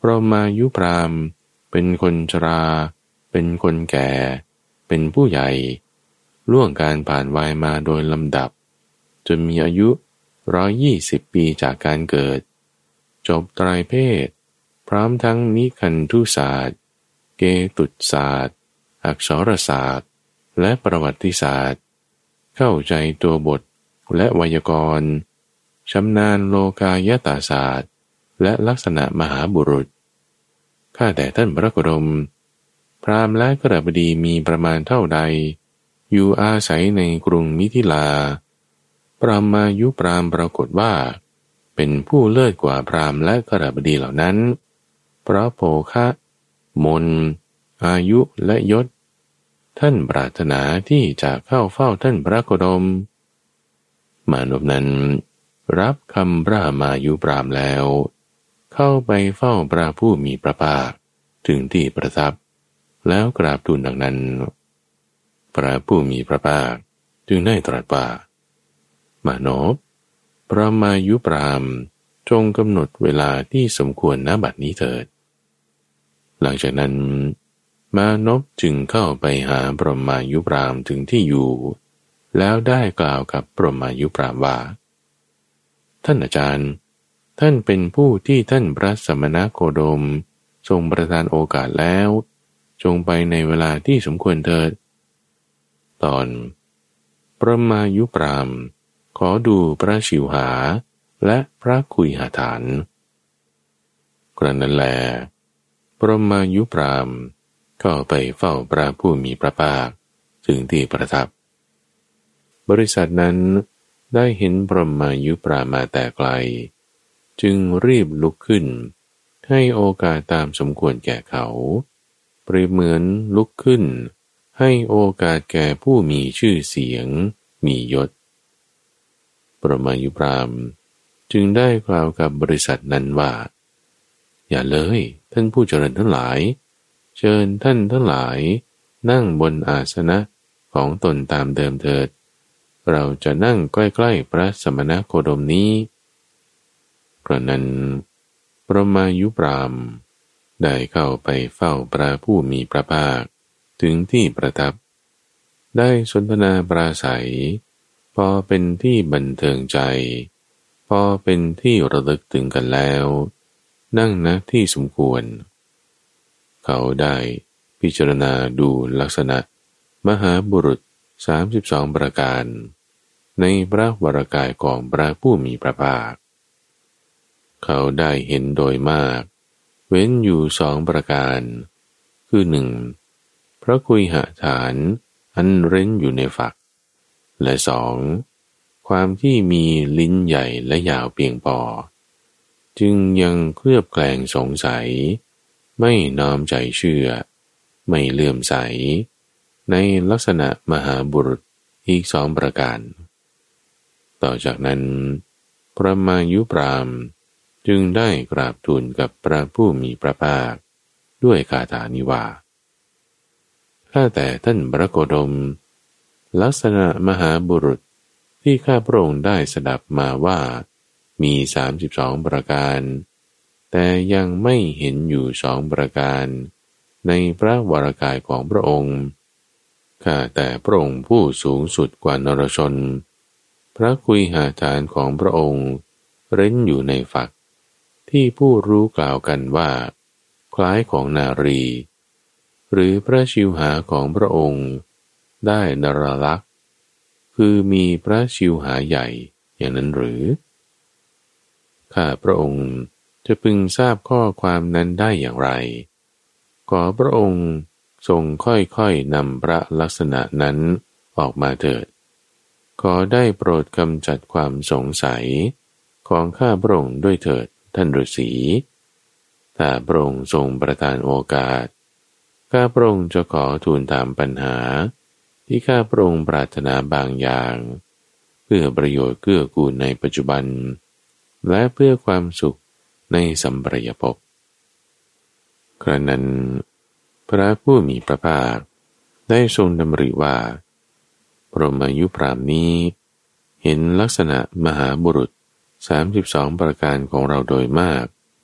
พรหมายุพราหมณ์เป็นคนชราเป็นคนแก่เป็นผู้ใหญ่ล่วงการผ่านวัยมาโดยลำดับจนมีอายุร้อยยี่สิบปีจากการเกิดจบไตรเพศพร้อมทั้งนิคันธุศาสตร์เกตุศาสตร์อักษรศาสตร์และประวัติศาสตร์เข้าใจตัวบทและไวยากรณ์ชำนาญโลกายตศาสตร์และลักษณะมหาบุรุษข้าแต่ท่านพระโคดมพราหมณ์และกฤหบดีมีประมาณเท่าใดอยู่อาศัยในกรุงมิถิลาปรมายุพราหมณ์ปรากฏว่าเป็นผู้เลิศกว่าพราหมณ์และกฤหบดีเหล่านั้นเพราะโภคะมนอายุและยศท่านปรารถนาที่จะเข้าเฝ้าท่านพระโคดมมนุษย์นั้นรับคำพระมายุพราหมณ์แล้วเข้าไปเฝ้าพระผู้มีพระภาคถึงที่ประทับแล้วกราบทูลดังนั้นพระผู้มีพระภาคจึงได้ตรัสว่ามานพพระมายุพราหมณ์จงกำหนดเวลาที่สมควรณบัดนี้เถิดหลังจากนั้นมานพจึงเข้าไปหาพระมายุพราหมณ์ถึงที่อยู่แล้วได้กล่าวกับพระมายุพราหมณ์ว่าท่านอาจารย์ท่านเป็นผู้ที่ท่านพระสมณโคดมทรงประทานโอกาสแล้วจงไปในเวลาที่สมควรเถิดตอนพระมายุพราหมณ์ขอดูพระชิวหาและพระคุยหาฐานกระนั้นแลพระมายุพราหมณ์ก็ไปเฝ้าพระผู้มีพระภาคถึงที่ประทับบริษัทนั้นได้เห็นพระมายุพราหมณ์มาแต่ไกลจึงรีบลุกขึ้นให้โอกาสตามสมควรแก่เขาเปรียบเหมือนลุกขึ้นให้โอกาสแก่ผู้มีชื่อเสียงมียศพระมายุพราหมณ์จึงได้กล่าวกับบริษัทนั้นว่าอย่าเลยท่านผู้เจริญทั้งหลายเชิญท่านทั้งหลายนั่งบนอาสนะของตนตามเดิมเถิดเราจะนั่งใกล้ๆพระสมณโคดมนี้กระนั้นพระมายุพราหมณ์ได้เข้าไปเฝ้าพระผู้มีพระภาคถึงที่ประทับได้สนทนาปราศัยพอเป็นที่บันเทิงใจพอเป็นที่ระลึกถึงกันแล้วนั่งณที่สมควรเขาได้พิจารณาดูลักษณะมหาบุรุษสามสิบสองประการในพระวรกายของพระผู้มีพระภาคเขาได้เห็นโดยมากเว้นอยู่สองประการคือหนึ่งพระคุยหฐานอันเร้นอยู่ในฝักและสองความที่มีลิ้นใหญ่และยาวเพียงพอจึงยังเคลือบแคลงสงสัยไม่น้อมใจเชื่อไม่เลื่อมใสในลักษณะมหาบุรุษอีกสองประการต่อจากนั้นพระมายุพราหมณ์จึงได้กราบทูลกับพระผู้มีพระภาคด้วยคาถานี้ว่าข้าแต่ท่านพระโคดมลักษณะมหาบุรุษที่ข้าพระองค์ได้สดับมาว่ามีสามสิบสองประการแต่ยังไม่เห็นอยู่สองประการในพระวรกายของพระองค์ข้าแต่พระองค์ผู้สูงสุดกว่านรชนพระคุยหาฐานของพระองค์เร้นอยู่ในฝักที่ผู้รู้กล่าวกันว่าคล้ายของนารีหรือพระชิวหาของพระองค์ได้นรลักษณ์คือมีพระชิวหาใหญ่อย่างนั้นหรือข้าพระองค์จะพึงทราบข้อความนั้นได้อย่างไรขอพระองค์ทรงค่อยๆนำพระลักษณะนั้นออกมาเถิดขอได้โปรดกำจัดความสงสัยของข้าพระองค์ด้วยเถิดท่านฤาษีถ้าพระองค์ทรงประทานโอกาสข้าพระองค์จะขอทูลถามปัญหาที่ข้าพระองค์ปรารถนาบางอย่างเพื่อประโยชน์เกื้อกูลในปัจจุบันและเพื่อความสุขในสัมปรายภพครั้งนั้นพระผู้มีพระภาคได้ทรงดำริว่าพรหมายุพราหมณ์นี้เห็นลักษณะมหาบุรุษสามสิบสองประการของเราโดยมาก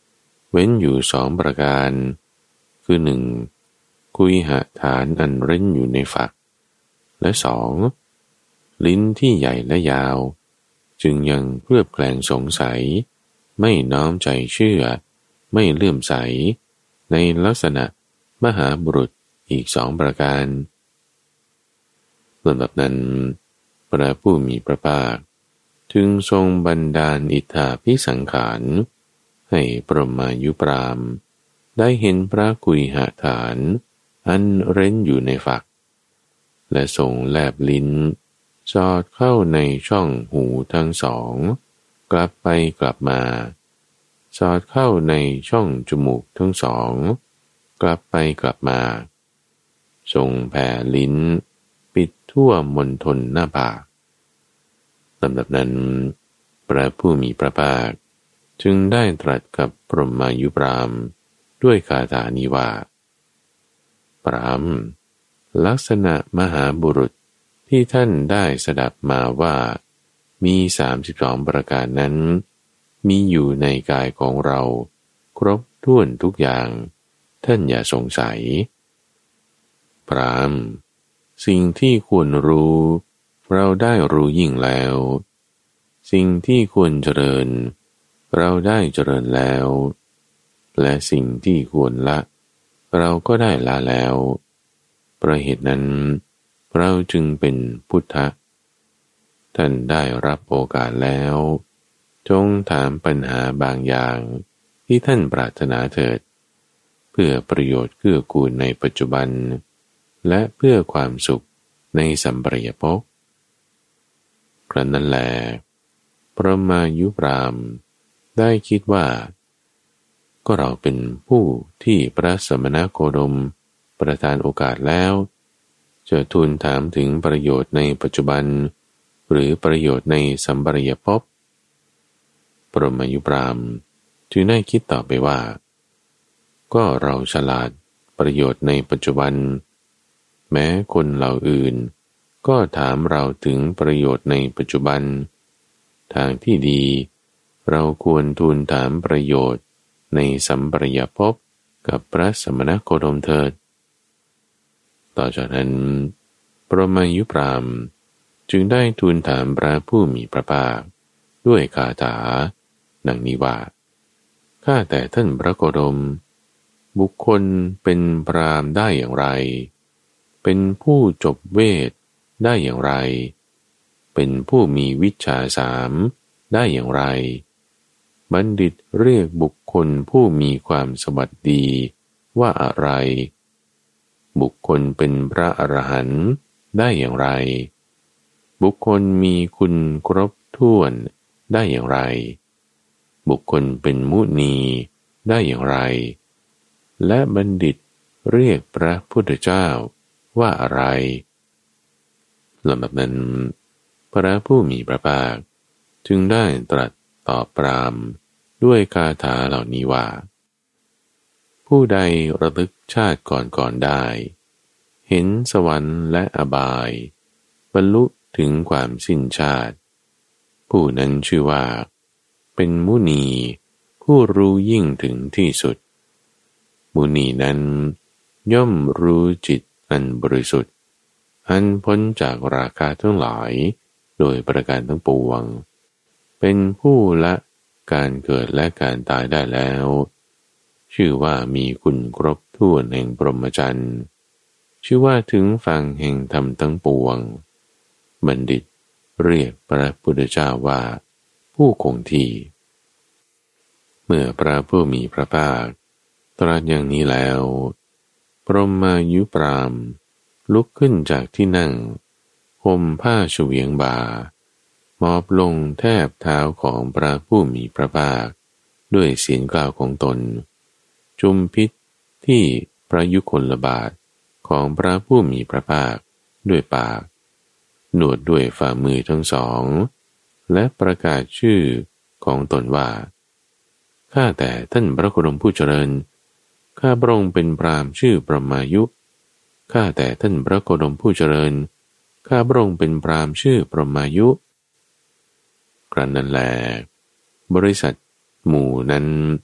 เว้นอยู่สองประการคือหนึ่งคุยหฐานอันเร้นอยู่ในฝักและสองลิ้นที่ใหญ่และยาวจึงยังเคลือบแคลงสงสัยไม่น้อมใจเชื่อไม่เลื่อมใสในลักษณะมหาบุรุษอีกสองประการลำดับนั้นพระผู้มีพระภาคจึงทรงบันดาลอิทธาภิสังขารให้ปรมายุปรามได้เห็นพระกุยหฐานอันเร้นอยู่ในฝักและทรงแลบลิ้นสอดเข้าในช่องหูทั้งสองกลับไปกลับมาสอดเข้าในช่องจมูกทั้งสองกลับไปกลับมาทรงแผ่ลิ้นปิดทั่วมณฑลหน้าผากลำดับนั้นพระผู้มีพระภาคจึงได้ตรัสกับพรหมายุปรามด้วยคาถานี้ว่าปรามลักษณะมหาบุรุษที่ท่านได้สดับมาว่ามีสามสิบสองประการนั้นมีอยู่ในกายของเราครบถ้วนทุกอย่างท่านอย่าสงสัยปรามสิ่งที่ควรรู้เราได้รู้ยิ่งแล้วสิ่งที่ควรเจริญเราได้เจริญแล้วและสิ่งที่ควรละเราก็ได้ละแล้วเพราะเหตุนั้นเราจึงเป็นพุทธะท่านได้รับโอกาสแล้วจงถามปัญหาบางอย่างที่ท่านปรารถนาเถิดเพื่อประโยชน์เกื้อกูลในปัจจุบันและเพื่อความสุขในสัมปรายภพครั้นนั้นแลพระมายุปรามได้คิดว่าก็เราเป็นผู้ที่พระสมณโคดมประทานโอกาสแล้วจะทูลถามถึงประโยชน์ในปัจจุบันหรือประโยชน์ในสัมปรายภพพระมายุปรามจึงได้คิดต่อไปว่าก็เราฉลาดประโยชน์ในปัจจุบันแม้คนเหล่าอื่นก็ถามเราถึงประโยชน์ในปัจจุบันทางที่ดีเราควรทูลถามประโยชน์ในสัมปรายภพกับพระสมณโคดมเถิดต่อจากนั้นพระมายุปรามจึงได้ทูลถามพระผู้มีพระภาคด้วยคาถาดังนี้ว่าข้าแต่ท่านพระโคดมบุคคลเป็นพราหมณ์ได้อย่างไรเป็นผู้จบเวทได้อย่างไรเป็นผู้มีวิชชาสามได้อย่างไรบัณฑิตเรียกบุคคลผู้มีความสวัสดีว่าอะไรบุคคลเป็นพระอรหันต์ได้อย่างไรบุคคลมีคุณครบถ้วนได้อย่างไรบุคคลเป็นมุนีได้อย่างไรและบัณฑิตเรียกพระพุทธเจ้าว่าอะไรลำดับนั้นพระผู้มีพระภาคจึงได้ตรัสตอบปรามด้วยคาถาเหล่านี้ว่าผู้ใดระลึกชาติก่อนๆได้เห็นสวรรค์และอบายบรรลุถึงความสิ้นชาติผู้นั้นชื่อว่าเป็นมุนีผู้รู้ยิ่งถึงที่สุดมุนีนั้นย่อมรู้จิตอันบริสุทธิ์อันพ้นจากราคะทั้งหลายโดยประการทั้งปวงเป็นผู้ละการเกิดและการตายได้แล้วชื่อว่ามีคุณครบถ้วนแห่งพรหมจรรย์ชื่อว่าถึงฝั่งแห่งธรรมทั้งปวงบัณฑิตเรียกพระพุทธเจ้าว่าผู้คงที่เมื่อพระผู้มีพระภาคตรัสอย่างนี้แล้วพรหมายุปรามลุกขึ้นจากที่นั่งห่มผ้าเฉวียงบ่ามอบลงแทบเท้าของพระผู้มีพระภาคด้วยเสียงกล่าวของตนจุมพิษที่พระยุคลบาทของพระผู้มีพระภาคด้วยปากหนวดด้วยฝ่ามือทั้งสองและประกาศชื่อของตนว่าข้าแต่ท่านพระโคดมผู้เจริญข้าพระองค์เป็นพราหมณ์ชื่อปรมายุข้าแต่ท่านพระโคดมผู้เจริญข้าพระองค์เป็นพราหมณ์ชื่อปรมายุครั้นนั้นแลบริษัทหมู่นั้น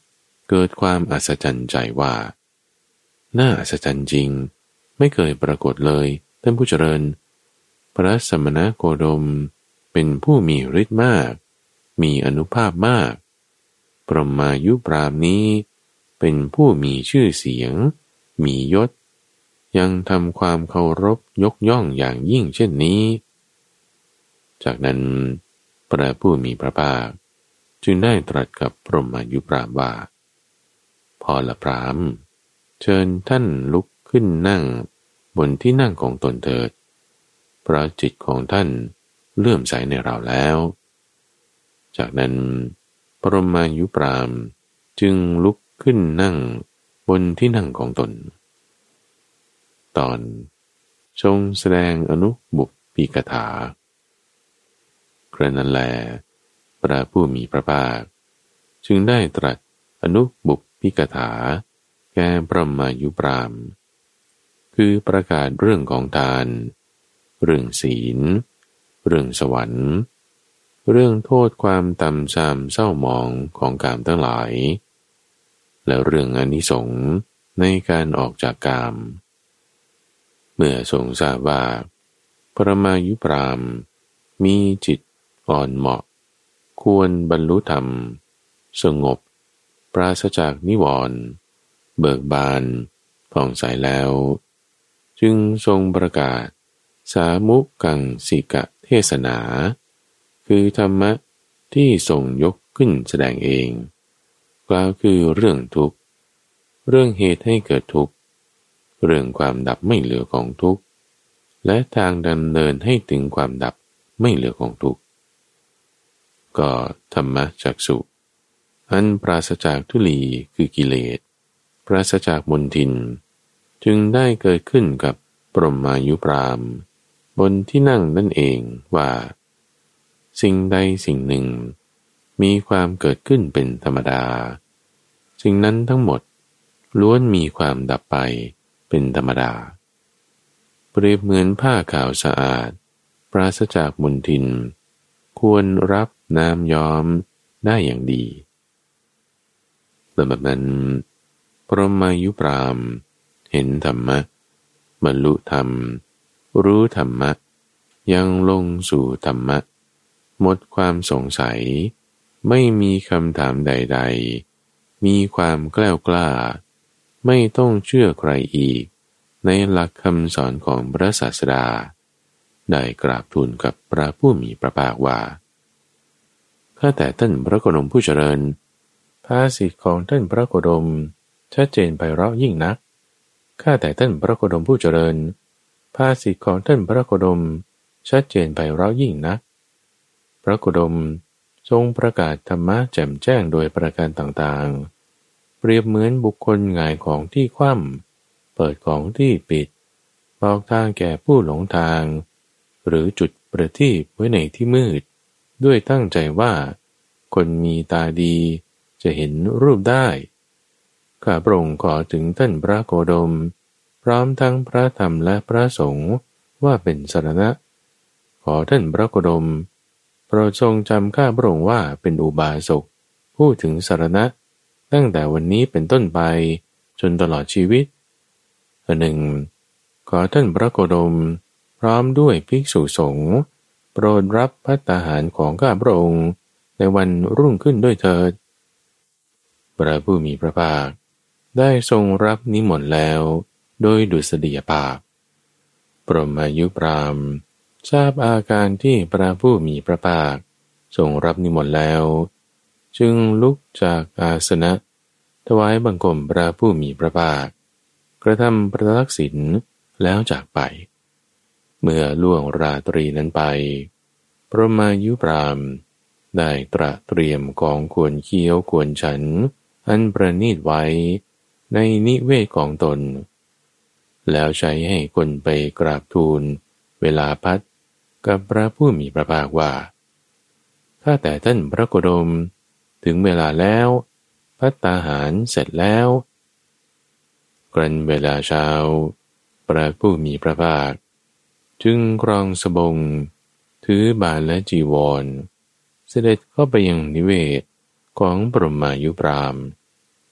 เกิดความอัศจรรย์ใจว่าน่าอัศจรรย์จริงไม่เคยปรากฏเลยท่านผู้เจริญพระสมณโคดมเป็นผู้มีฤทธิ์มากมีอานุภาพมากปรมายุปรามนี้เป็นผู้มีชื่อเสียงมียศยังทำความเคารพยกย่องอย่างยิ่งเช่นนี้จากนั้นพระผู้มีพระภาคจึงได้ตรัสกับพรหมายุปรามว่าพอละพรามเชิญท่านลุกขึ้นนั่งบนที่นั่งของตนเถิดเพราะจิตของท่านเลื่อมใสในเราแล้วจากนั้นพรหมายุปรามจึงลุกขึ้นนั่งบนที่นั่งของตนตอนทรงแสดงอนุบุพพิกถา กระนั้นแลพระผู้มีพระภาคจึงได้ตรัสอนุบุพพิกถาแก่พระมายุปรามคือประกาศเรื่องของทานเรื่องศีลเรื่องสวรรค์เรื่องโทษความต่ำทรามเศร้าหมองของกามทั้งหลายและเรื่องอานิสงส์ในการออกจากกามเมื่อทรงทราบว่าพระมายุปรามมีจิตอ่อนเหมาะควรบรรลุธรรมสงบปราศจากนิวรณ์เบิกบานผ่องใสแล้วจึงทรงประกาศสามุกังสิกะเทศนาคือธรรมะที่ทรงยกขึ้นแสดงเองกล่าวคือเรื่องทุกข์เรื่องเหตุให้เกิดทุกข์เรื่องความดับไม่เหลือของทุกข์และทางดำเนินให้ถึงความดับไม่เหลือของทุกข์ก็ธรรมจักษุอันปราศจากทุลีคือกิเลสปราศจากมลทินจึงได้เกิดขึ้นกับปรมายุปรามบนที่นั่งนั่นเองว่าสิ่งใดสิ่งหนึ่งมีความเกิดขึ้นเป็นธรรมดาสิ่งนั้นทั้งหมดล้วนมีความดับไปเป็นธรรมดาเปรียบเหมือนผ้าขาวสะอาดปราศจากมลทินควรรับน้ำย้อมได้อย่างดีแบบนั้นพรหมายุปรามเห็นธรรมะบรรลุธรรมรู้ธรรมะยังลงสู่ธรรมะหมดความสงสัยไม่มีคำถามใดๆมีความแกล้วกล้าไม่ต้องเชื่อใครอีกในหลักคำสอนของพระศาสดาได้กราบทูลกับพระผู้มีพระภาคว่าข้าแต่ท่านพระโคดมผู้เจริญภาษิตของท่านพระโคดมชัดเจนไพเราะยิ่งนักข้าแต่ท่านพระโคดมผู้เจริญภาษิตของท่านพระโคดมชัดเจนไพเราะยิ่งนักพระโคดมทรงประกาศธรรมะแจ่มแจ้งโดยประการต่างๆเปรียบเหมือนบุคคลหงายของที่คว่ำเปิดของที่ปิดบอกทางแก่ผู้หลงทางหรือจุดประทีปไว้ในที่มืดด้วยตั้งใจว่าคนมีตาดีจะเห็นรูปได้ข้าพระองค์ขอถึงท่านพระโคดมพร้อมทั้งพระธรรมและพระสงฆ์ว่าเป็นสรณะขอท่านพระโคดมโปรดทรงจำข้าพระองค์ว่าเป็นอุบาสกผู้ถึงสรณะตั้งแต่วันนี้เป็นต้นไปจนตลอดชีวิตอันหนึ่งขอท่านพระโคดมพร้อมด้วยภิกษุสงฆ์โปรดรับภัตตาหารของข้าพระองค์ในวันรุ่งขึ้นด้วยเถิดพระผู้มีพระภาคได้ทรงรับนิมนต์แล้วโดยดุษฎียภาพปรมายุปรามทราบอาการที่พระผู้มีพระภาคทรงรับนิมนต์แล้วจึงลุกจากอาสนะถวายบังคมพระผู้มีพระภาคกระทำประทักษิณแล้วจากไปเมื่อล่วงราตรีนั้นไปพระมายุปรามได้ตระเตรียมของควรเคี้ยวควรฉันอันประณีตไว้ในนิเวศของตนแล้วใช้ให้คนไปกราบทูลเวลาพัดกับพระผู้มีพระภาคว่าข้าแต่ท่านพระโคดมถึงเวลาแล้วภัตตาหารเสร็จแล้วครั้นเวลาเช้าพระผู้มีพระภาคจึงครองสบงถือบาทและจีวรเสด็จเข้าไปยังนิเวศของปรมายุปราม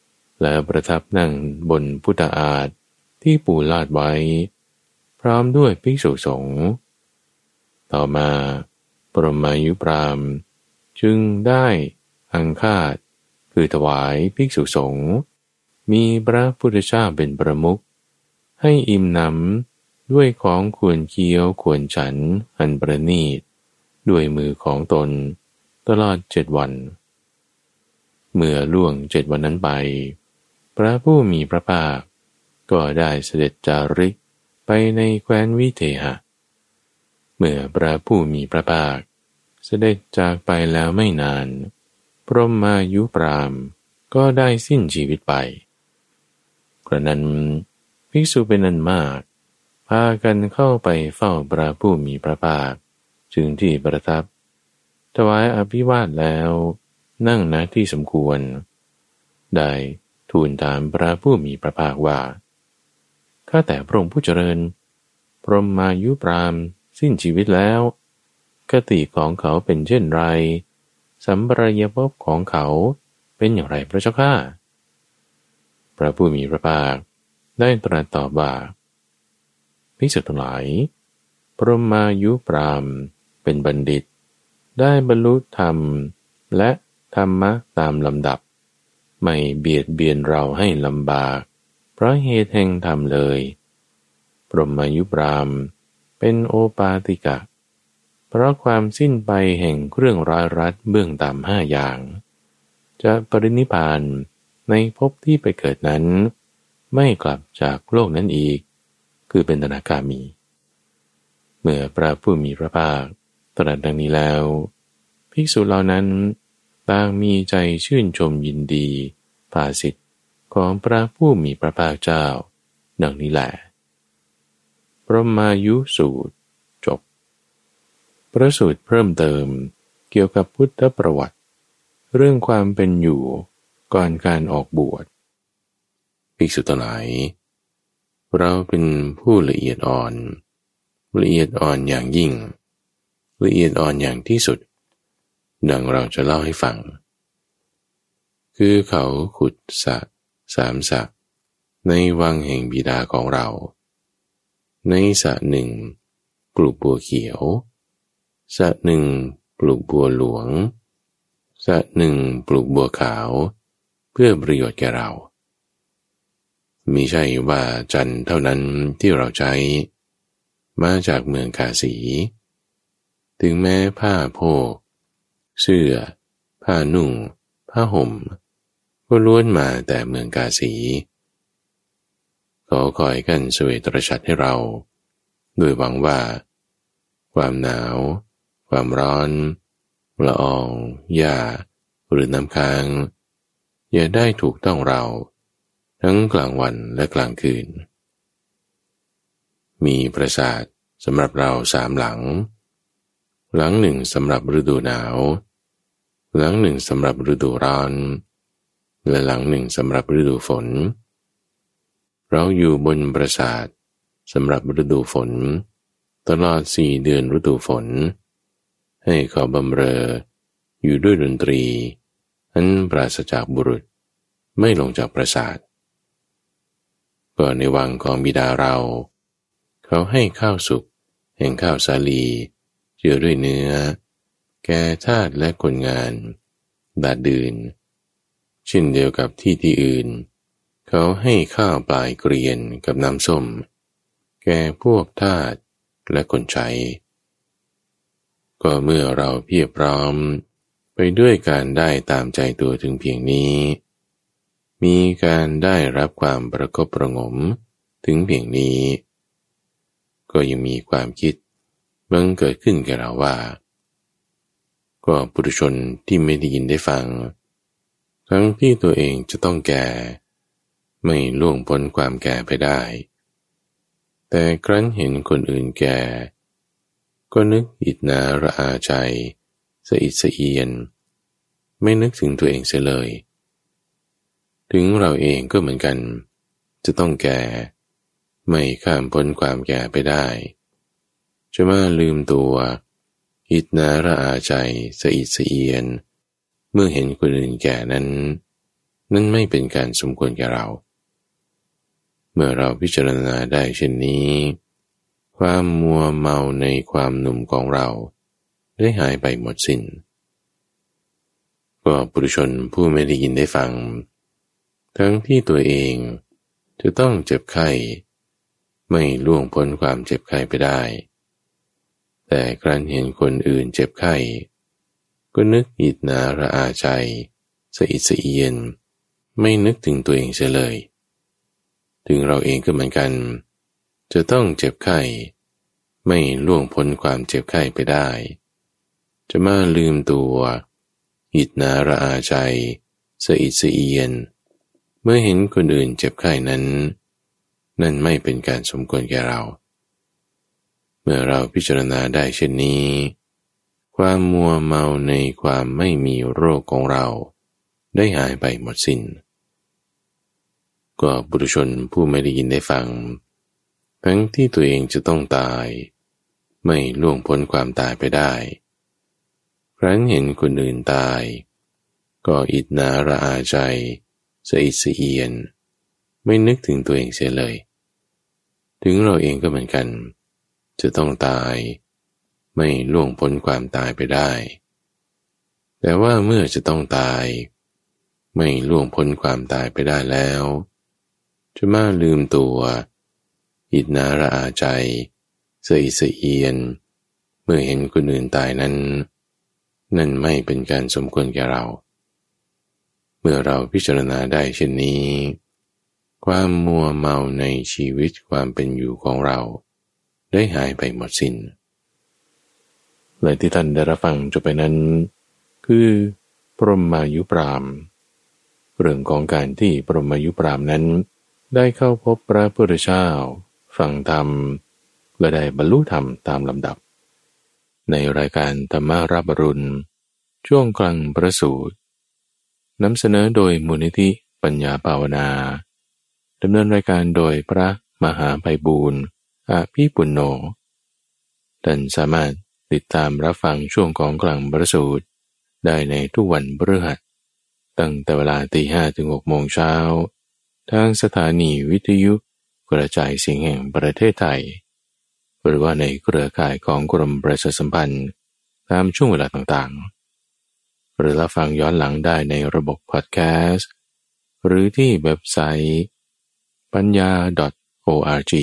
และประทับนั่งบนพุทธอาฏที่ปูลาดไว้พร้อมด้วยภิกษุสงฆ์ต่อมาปรมายุพราหมณ์จึงได้อังคาดคือถวายภิกษุสงฆ์มีพระพุทธเจ้าเป็นประมุขให้อิ่มหนำด้วยของควรเคี้ยวควรฉันอันประณีตด้วยมือของตนตลอดเจ็ดวันเมื่อล่วงเจ็ดวันนั้นไปพระผู้มีพระภาคก็ได้เสด็จจาริกไปในแคว้นวิเทหะเมื่อพระผู้มีพระภาคเสด็จจากไปแล้วไม่นานพรหมายุพราหมณ์ก็ได้สิ้นชีวิตไปกระนั้นภิกษุเป็นอันมากพากันเข้าไปเฝ้าพระผู้มีพระภาคจึงที่ประทับถวายอภิวาทแล้วนั่งณที่สมควรได้ทูลถามพระผู้มีพระภาคว่าข้าแต่พระองค์ผู้เจริญพรหมายุพราหมณ์สิ้นชีวิตแล้วคติของเขาเป็นเช่นไรสัมปรายภพของเขาเป็นอย่างไรพระเจ้าข้าพระผู้มีพระภาคได้ตรัสตอบว่าภิกษุทั้งหลายพรหมายุพราหมณ์เป็นบัณฑิตได้บรรลุธรรมและธรรมะตามลำดับไม่เบียดเบียนเราให้ลำบากเพราะเหตุแห่งธรรมเลยพรหมายุพราหมณ์เป็นโอปาติกะเพราะความสิ้นไปแห่งเครื่องร้อยรัดเบื้องต่ำห้าอย่างจะปรินิพพานในภพที่ไปเกิดนั้นไม่กลับจากโลกนั้นอีกคือเป็นอนาคามีเมื่อพระผู้มีพระภาคตรัสดังนี้แล้วภิกษุเหล่านั้นต่างมีใจชื่นชมยินดีภาสิทธิ์ของพระผู้มีพระภาคเจ้าดังนี้แหละพรหมายุสูตรจบพระสูตรเพิ่มเติมเกี่ยวกับพุทธประวัติเรื่องความเป็นอยู่ก่อนการออกบวชภิกษุทั้งหลายเราเป็นผู้ละเอียดอ่อนละเอียดอ่อนอย่างยิ่งละเอียดอ่อนอย่างที่สุดดังเราจะเล่าให้ฟังคือเขาขุดสระสามสระในวังแห่งบิดาของเราในสระหนึ่งปลูกบัวเขียวสระหนึ่งปลูกบัวหลวงสระหนึ่งปลูกบัวขาวเพื่อประโยชน์แก่เรามิใช่ว่าจันทร์เท่านั้นที่เราใช้มาจากเมืองกาสีถึงแม้ผ้าโพกเสื้อผ้านุ่งผ้าห่มก็ล้วนมาแต่เมืองกาสีขอคอยกันเสวยตรชัดให้เราโดยหวังว่าความหนาวความร้อนละอองหญ้าหรือน้ำค้างอย่าได้ถูกต้องเราทั้งกลางวันและกลางคืนมีปราสาทสำหรับเราสามหลังหลังหนึ่งสำหรับฤดูหนาวหลังหนึ่งสำหรับฤดูร้อนและหลังหนึ่งสำหรับฤดูฝนเราอยู่บนปราสาทสำหรับฤดูฝนตลอดสี่เดือนฤดูฝนให้เขาบำเรออยู่ด้วยดนตรีอันปราศจากบุรุษไม่ลงจากปราสาทก็ในวังของบิดาเราเขาให้ข้าวสุกแห่งข้าวสาลีเจือด้วยเนื้อแก่ทาสและคนงานดาดดื่นเช่นเดียวกับที่ที่อื่นเขาให้ข้าวปลายเกรียนกับน้ำส้มแก่พวกทาสและคนใช้ก็เมื่อเราเพียบพร้อมไปด้วยการได้ตามใจตัวถึงเพียงนี้มีการได้รับความประคบประหงมถึงเพียงนี้ก็ยังมีความคิดบังเกิดขึ้นแก่เราว่าก็ปุถุชนที่ไม่ได้ยินได้ฟังทั้งที่ตัวเองจะต้องแก่ไม่ล่วงพ้นความแก่ไปได้แต่ครั้นเห็นคนอื่นแก่ก็นึกอิจนาระอาใจสะอิดสะเอียนไม่นึกถึงตัวเองเสียเลยถึงเราเองก็เหมือนกันจะต้องแก่ไม่ข้ามพ้นความแก่ไปได้จะมาลืมตัวอิจนาระอาใจสะอิดสะเอียนเมื่อเห็นคนอื่นแก่นั้นนั่นไม่เป็นการสมควรแก่เราเมื่อเราพิจารณาได้เช่นนี้ความมัวเมาในความหนุ่มของเราได้หายไปหมดสิ้นก็ปุถุชนผู้ไม่ได้ยินได้ฟังทั้งที่ตัวเองจะต้องเจ็บไข้ไม่ล่วงพ้นความเจ็บไข้ไปได้แต่ครั้นเห็นคนอื่นเจ็บไข้ก็นึกอิจนาระอาใจสะอิดสะเอียนไม่นึกถึงตัวเองเสียเลยถึงเราเองก็เหมือนกันจะต้องเจ็บไข้ไม่ล่วงพ้นความเจ็บไข้ไปได้จะมาลืมตัวอิจนาระอาใจสะอิดสะเอียนเมื่อเห็นคนอื่นเจ็บไข้นั้นนั่นไม่เป็นการสมควรแก่เราเมื่อเราพิจารณาได้เช่นนี้ความมัวเมาในความไม่มีโรคของเราได้หายไปหมดสิ้นก็บุรุชนผู้ไม่ได้ยินได้ฟังทั้งที่ตัวเองจะต้องตายไม่ล่วงพ้นความตายไปได้ครั้นเห็นคนอื่นตายก็อิจนาระอาใจสะอิดสะเอียนไม่นึกถึงตัวเองเสียเลยถึงเราเองก็เหมือนกันจะต้องตายไม่ล่วงพ้นความตายไปได้แต่ว่าเมื่อจะต้องตายไม่ล่วงพ้นความตายไปได้แล้วจะมาลืมตัวอิจนาระอาใจสะอิดสะเอียนเมื่อเห็นคนอื่นตายนั้นนั่นไม่เป็นการสมควรแก่เราเมื่อเราพิจารณาได้เช่นนี้ความมัวเมาในชีวิตความเป็นอยู่ของเราได้หายไปหมดสิ้นและที่ท่านได้รับฟังจบไปนั้นคือปรมายุปรามเรื่องของการที่ปรมายุปรามนั้นได้เข้าพบพระพุทธเจ้าฟังธรรมและได้บรรลุธรรมตามลำดับในรายการธรรมรับอรุณช่วงกลางประสูตรนำเสนอโดยมูลนิธิปัญญาภาวนาดำเนินรายการโดยพระมหาไพบูลย์อาภิปุณโญท่านสามารถติดตามรับฟังช่วงของกลางประสูตรได้ในทุกวันพฤหัสตั้งแต่เวลาตีห้ถึงหกโมงเช้าทางสถานีวิทยุกระจายเสียงแห่งประเทศไทยหรือว่าในเครือข่ายของกรมประชาสัมพันธ์ตามช่วงเวลาต่างๆหรือรับฟังย้อนหลังได้ในระบบพอดแคสต์หรือที่เว็บไซต์ปัญญา .org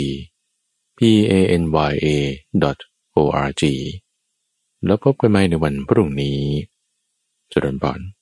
p a n y a .org แล้วพบกันใหม่ในวันพรุ่งนี้เจริญพร